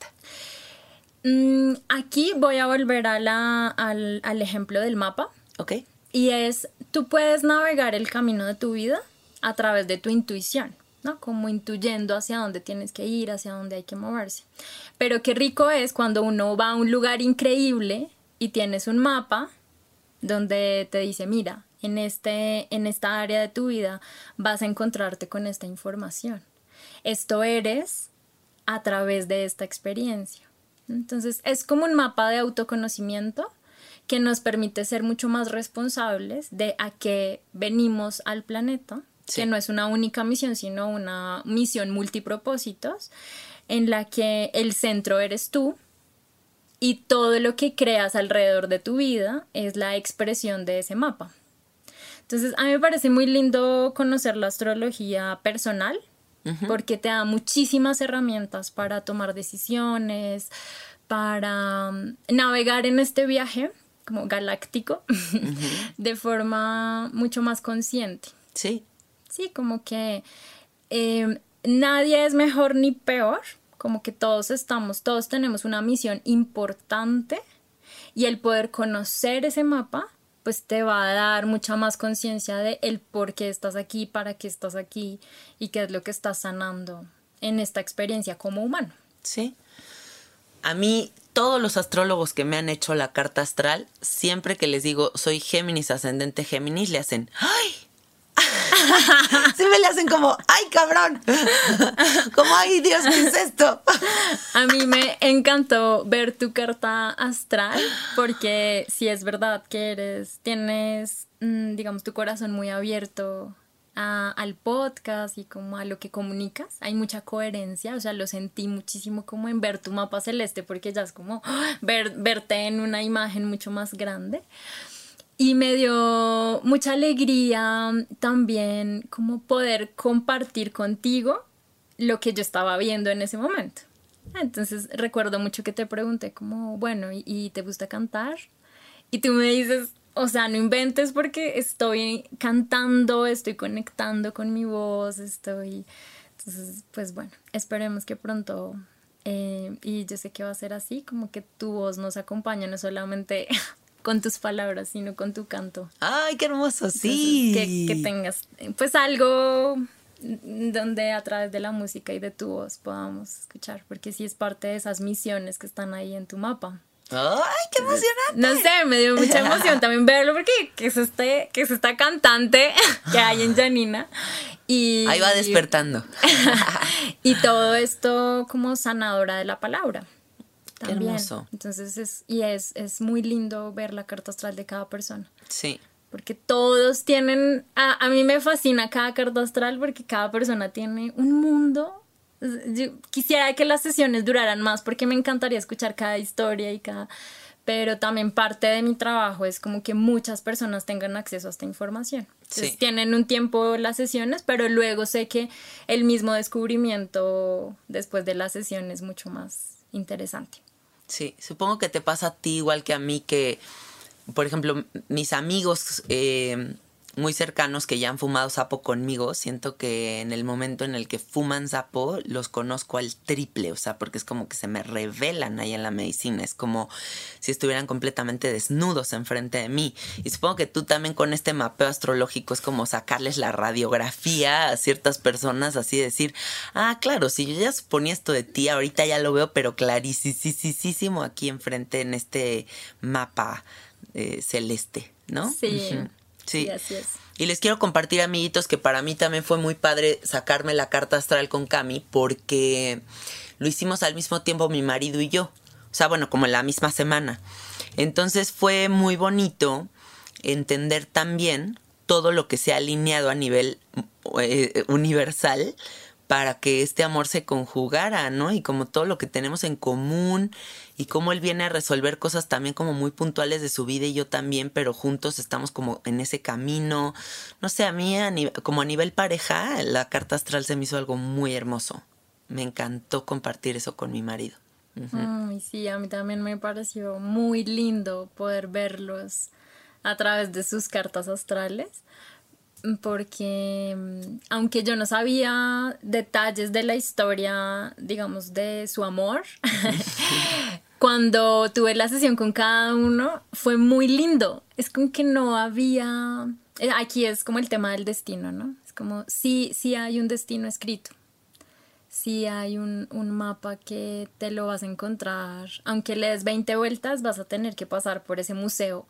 Mm, aquí voy a volver a la, al, al ejemplo del mapa. Ok. Y es, tú puedes navegar el camino de tu vida a través de tu intuición, ¿no? Como intuyendo hacia dónde tienes que ir, hacia dónde hay que moverse. Pero qué rico es cuando uno va a un lugar increíble y tienes un mapa donde te dice, mira, en, este, en esta área de tu vida vas a encontrarte con esta información. Esto eres a través de esta experiencia. Entonces es como un mapa de autoconocimiento que nos permite ser mucho más responsables de a qué venimos al planeta, sí. Que no es una única misión, sino una misión multipropósitos, en la que el centro eres tú y todo lo que creas alrededor de tu vida es la expresión de ese mapa. Entonces, a mí me parece muy lindo conocer la astrología personal, uh-huh. porque te da muchísimas herramientas para tomar decisiones, para um, navegar en este viaje como galáctico, uh-huh. de forma mucho más consciente. Sí. Sí, como que eh, nadie es mejor ni peor, como que todos estamos, todos tenemos una misión importante y el poder conocer ese mapa, pues te va a dar mucha más conciencia de el por qué estás aquí, para qué estás aquí y qué es lo que estás sanando en esta experiencia como humano. Sí. A mí, todos los astrólogos que me han hecho la carta astral, siempre que les digo soy Géminis, ascendente Géminis, le hacen ¡ay! Sí me le hacen como ¡ay, cabrón! Como ¡ay, Dios, qué es esto! A mí me encantó ver tu carta astral porque sí es verdad que eres, tienes, digamos, tu corazón muy abierto a, al podcast y como a lo que comunicas. Hay mucha coherencia, o sea, lo sentí muchísimo como en ver tu mapa celeste porque ya es como ver, verte en una imagen mucho más grande. Y me dio mucha alegría también como poder compartir contigo lo que yo estaba viendo en ese momento. Entonces recuerdo mucho que te pregunté como, bueno, ¿y, y te gusta cantar? Y tú me dices, o sea, no inventes porque estoy cantando, estoy conectando con mi voz, estoy... Entonces, pues bueno, esperemos que pronto... Eh, y yo sé que va a ser así, como que tu voz nos acompaña, no solamente... con tus palabras, sino con tu canto. ¡Ay, qué hermoso! Sí. Entonces, que, que tengas pues algo donde a través de la música y de tu voz podamos escuchar, porque sí es parte de esas misiones que están ahí en tu mapa. ¡Ay, qué emocionante! No sé, me dio mucha emoción también verlo, porque que es, este, que es esta cantante que hay en Janina. Y, ahí va despertando. Y todo esto como sanadora de la palabra. También. Qué hermoso. Entonces es, y es, es muy lindo ver la carta astral de cada persona. Sí. Porque todos tienen, a, a mí me fascina cada carta astral porque cada persona tiene un mundo. Yo quisiera que las sesiones duraran más porque me encantaría escuchar cada historia y cada... Pero también parte de mi trabajo es como que muchas personas tengan acceso a esta información. Entonces, sí. Tienen un tiempo las sesiones, pero luego sé que el mismo descubrimiento después de la sesión es mucho más interesante. Sí, supongo que te pasa a ti igual que a mí, que, por ejemplo, mis amigos eh, muy cercanos que ya han fumado sapo conmigo, siento que en el momento en el que fuman sapo los conozco al triple, o sea, porque es como que se me revelan ahí en la medicina, es como si estuvieran completamente desnudos enfrente de mí. Y supongo que tú también con este mapeo astrológico es como sacarles la radiografía a ciertas personas, así decir, ah, claro, si yo ya suponía esto de ti, ahorita ya lo veo, pero clarísimo aquí enfrente en este mapa eh, celeste, ¿no? Sí. Uh-huh. Sí. Sí, así es. Y les quiero compartir, amiguitos, que para mí también fue muy padre sacarme la carta astral con Cami, porque lo hicimos al mismo tiempo mi marido y yo. O sea, bueno, como en la misma semana. Entonces fue muy bonito entender también todo lo que se ha alineado a nivel eh, universal para que este amor se conjugara, ¿no? Y como todo lo que tenemos en común y cómo él viene a resolver cosas también como muy puntuales de su vida y yo también, pero juntos estamos como en ese camino. No sé, a mí a nivel, como a nivel pareja, la carta astral se me hizo algo muy hermoso. Me encantó compartir eso con mi marido. Uh-huh. Ay, sí, a mí también me pareció muy lindo poder verlos a través de sus cartas astrales. Porque aunque yo no sabía detalles de la historia, digamos, de su amor, cuando tuve la sesión con cada uno fue muy lindo. Es como que no había aquí es como el tema del destino, ¿no? Es como sí, sí hay un destino escrito. Sí hay un, un mapa que te lo vas a encontrar. Aunque le des veinte vueltas, vas a tener que pasar por ese museo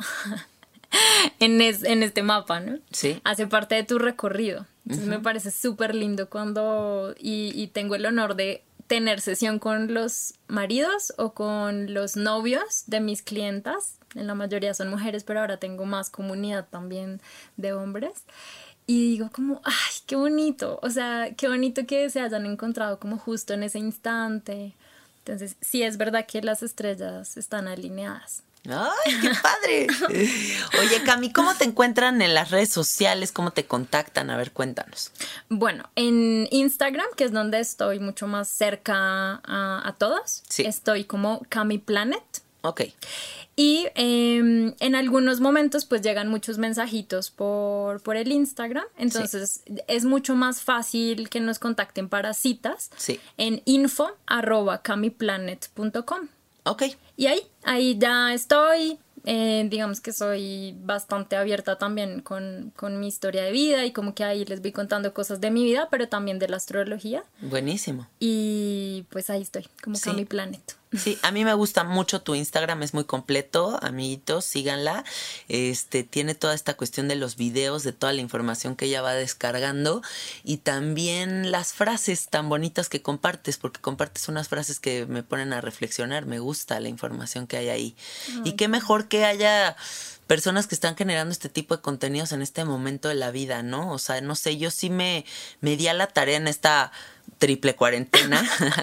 en, es, en este mapa, ¿no? Sí. Hace parte de tu recorrido. Entonces Uh-huh. me parece súper lindo cuando... Y, y tengo el honor de tener sesión con los maridos o con los novios de mis clientas. En la mayoría son mujeres, pero ahora tengo más comunidad también de hombres. Y digo como, ay, qué bonito, o sea, qué bonito que se hayan encontrado como justo en ese instante. Entonces, sí es verdad que las estrellas están alineadas. ¡Ay, qué padre! Oye, Cami, ¿cómo te encuentran en las redes sociales? ¿Cómo te contactan? A ver, cuéntanos. Bueno, en Instagram, que es donde estoy mucho más cerca a, a todos, sí. Estoy como Cami Planet. Ok. Y eh, en algunos momentos pues llegan muchos mensajitos por, por el Instagram. Entonces sí. Es mucho más fácil que nos contacten para citas sí. en info arroba camiplanet punto com. Ok. Y ahí, ahí ya estoy. Eh, digamos que soy bastante abierta también con, con mi historia de vida y como que ahí les voy contando cosas de mi vida, pero también de la astrología. Buenísimo. Y pues ahí estoy, como sí. Cami Planet. Sí, a mí me gusta mucho tu Instagram, es muy completo, amiguitos, síganla. Este, tiene toda esta cuestión de los videos, de toda la información que ella va descargando y también las frases tan bonitas que compartes, porque compartes unas frases que me ponen a reflexionar, me gusta la información que hay ahí. Ay, y qué mejor que haya personas que están generando este tipo de contenidos en este momento de la vida, ¿no? O sea, no sé, yo sí me, me di a la tarea en esta triple cuarentena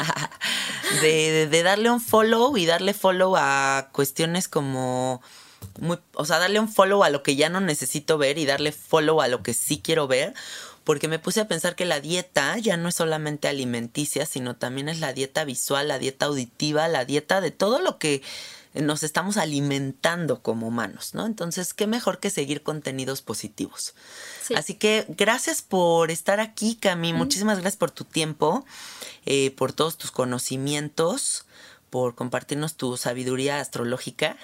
de, de, de darle un follow y darle follow a cuestiones como muy, o sea, darle un follow a lo que ya no necesito ver y darle follow a lo que sí quiero ver, porque me puse a pensar que la dieta ya no es solamente alimenticia, sino también es la dieta visual, la dieta auditiva, la dieta de todo lo que nos estamos alimentando como humanos, ¿no? Entonces, qué mejor que seguir contenidos positivos. Sí. Así que gracias por estar aquí, Cami. Mm. Muchísimas gracias por tu tiempo, eh, por todos tus conocimientos, por compartirnos tu sabiduría astrológica.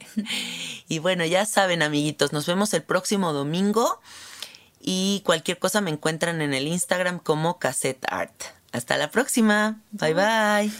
Y bueno, ya saben, amiguitos, nos vemos el próximo domingo y cualquier cosa me encuentran en el Instagram como Cassette Art. Hasta la próxima. Bye, bye.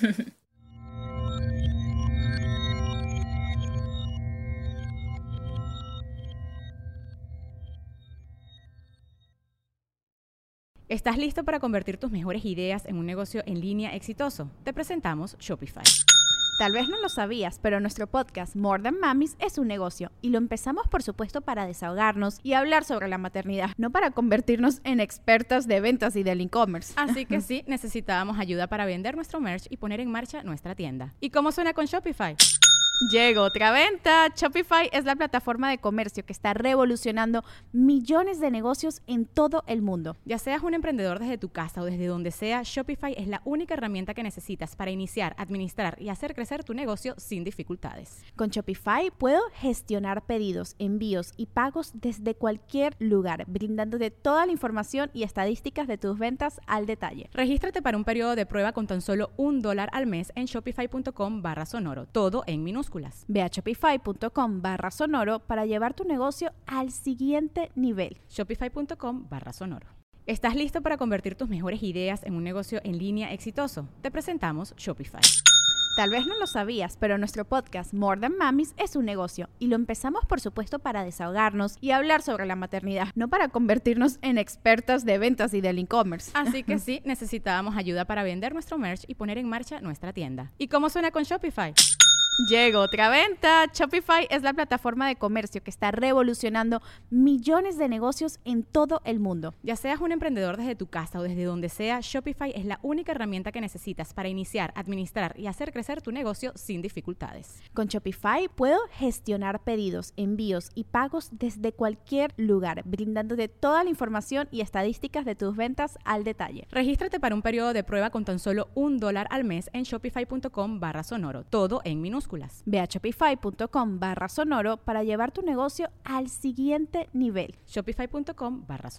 ¿Estás listo para convertir tus mejores ideas en un negocio en línea exitoso? Te presentamos Shopify. Tal vez no lo sabías, pero nuestro podcast More Than Mamis es un negocio y lo empezamos por supuesto para desahogarnos y hablar sobre la maternidad, no para convertirnos en expertas de ventas y del e-commerce. Así que sí, necesitábamos ayuda para vender nuestro merch y poner en marcha nuestra tienda. ¿Y cómo suena con Shopify? Llegó otra venta. Shopify es la plataforma de comercio que está revolucionando millones de negocios en todo el mundo. Ya seas un emprendedor desde tu casa o desde donde sea, Shopify es la única herramienta que necesitas para iniciar, administrar y hacer crecer tu negocio sin dificultades. Con Shopify puedo gestionar pedidos, envíos y pagos desde cualquier lugar, brindándote toda la información y estadísticas de tus ventas al detalle. Regístrate para un periodo de prueba con tan solo un dólar al mes en shopify.com barra sonoro, todo en minúsculas. Ve a shopify.com barra sonoro para llevar tu negocio al siguiente nivel. Shopify.com barra sonoro. ¿Estás listo para convertir tus mejores ideas en un negocio en línea exitoso? Te presentamos Shopify. Tal vez no lo sabías, pero nuestro podcast More Than Mamis es un negocio y lo empezamos por supuesto para desahogarnos y hablar sobre la maternidad, no para convertirnos en expertas de ventas y del e-commerce. Así que sí, necesitábamos ayuda para vender nuestro merch y poner en marcha nuestra tienda. ¿Y cómo suena con Shopify? Llegó otra venta. Shopify es la plataforma de comercio que está revolucionando millones de negocios en todo el mundo. Ya seas un emprendedor desde tu casa o desde donde sea, Shopify es la única herramienta que necesitas para iniciar, administrar y hacer crecer tu negocio sin dificultades. Con Shopify puedo gestionar pedidos, envíos y pagos desde cualquier lugar, brindándote toda la información y estadísticas de tus ventas al detalle. Regístrate para un periodo de prueba con tan solo un dólar al mes en shopify.com barra sonoro, todo en minúsculas. Ve a shopify.com barra sonoro para llevar tu negocio al siguiente nivel. Shopify.com barra sonoro.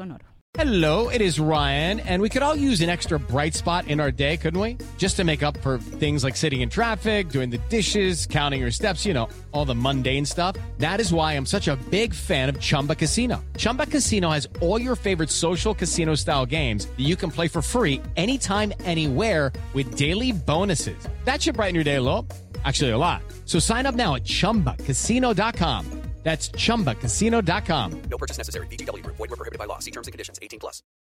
Hello, it is Ryan, and we could all use an extra bright spot in our day, couldn't we? Just to make up for things like sitting in traffic, doing the dishes, counting your steps, you know, all the mundane stuff. That is why I'm such a big fan of Chumba Casino. Chumba Casino has all your favorite social casino-style games that you can play for free anytime, anywhere with daily bonuses. That should brighten your day a little. Actually, a lot. So sign up now at chumba casino dot com. That's chumba casino dot com. No purchase necessary. V G W Group. Void where prohibited by law. See terms and conditions. eighteen plus.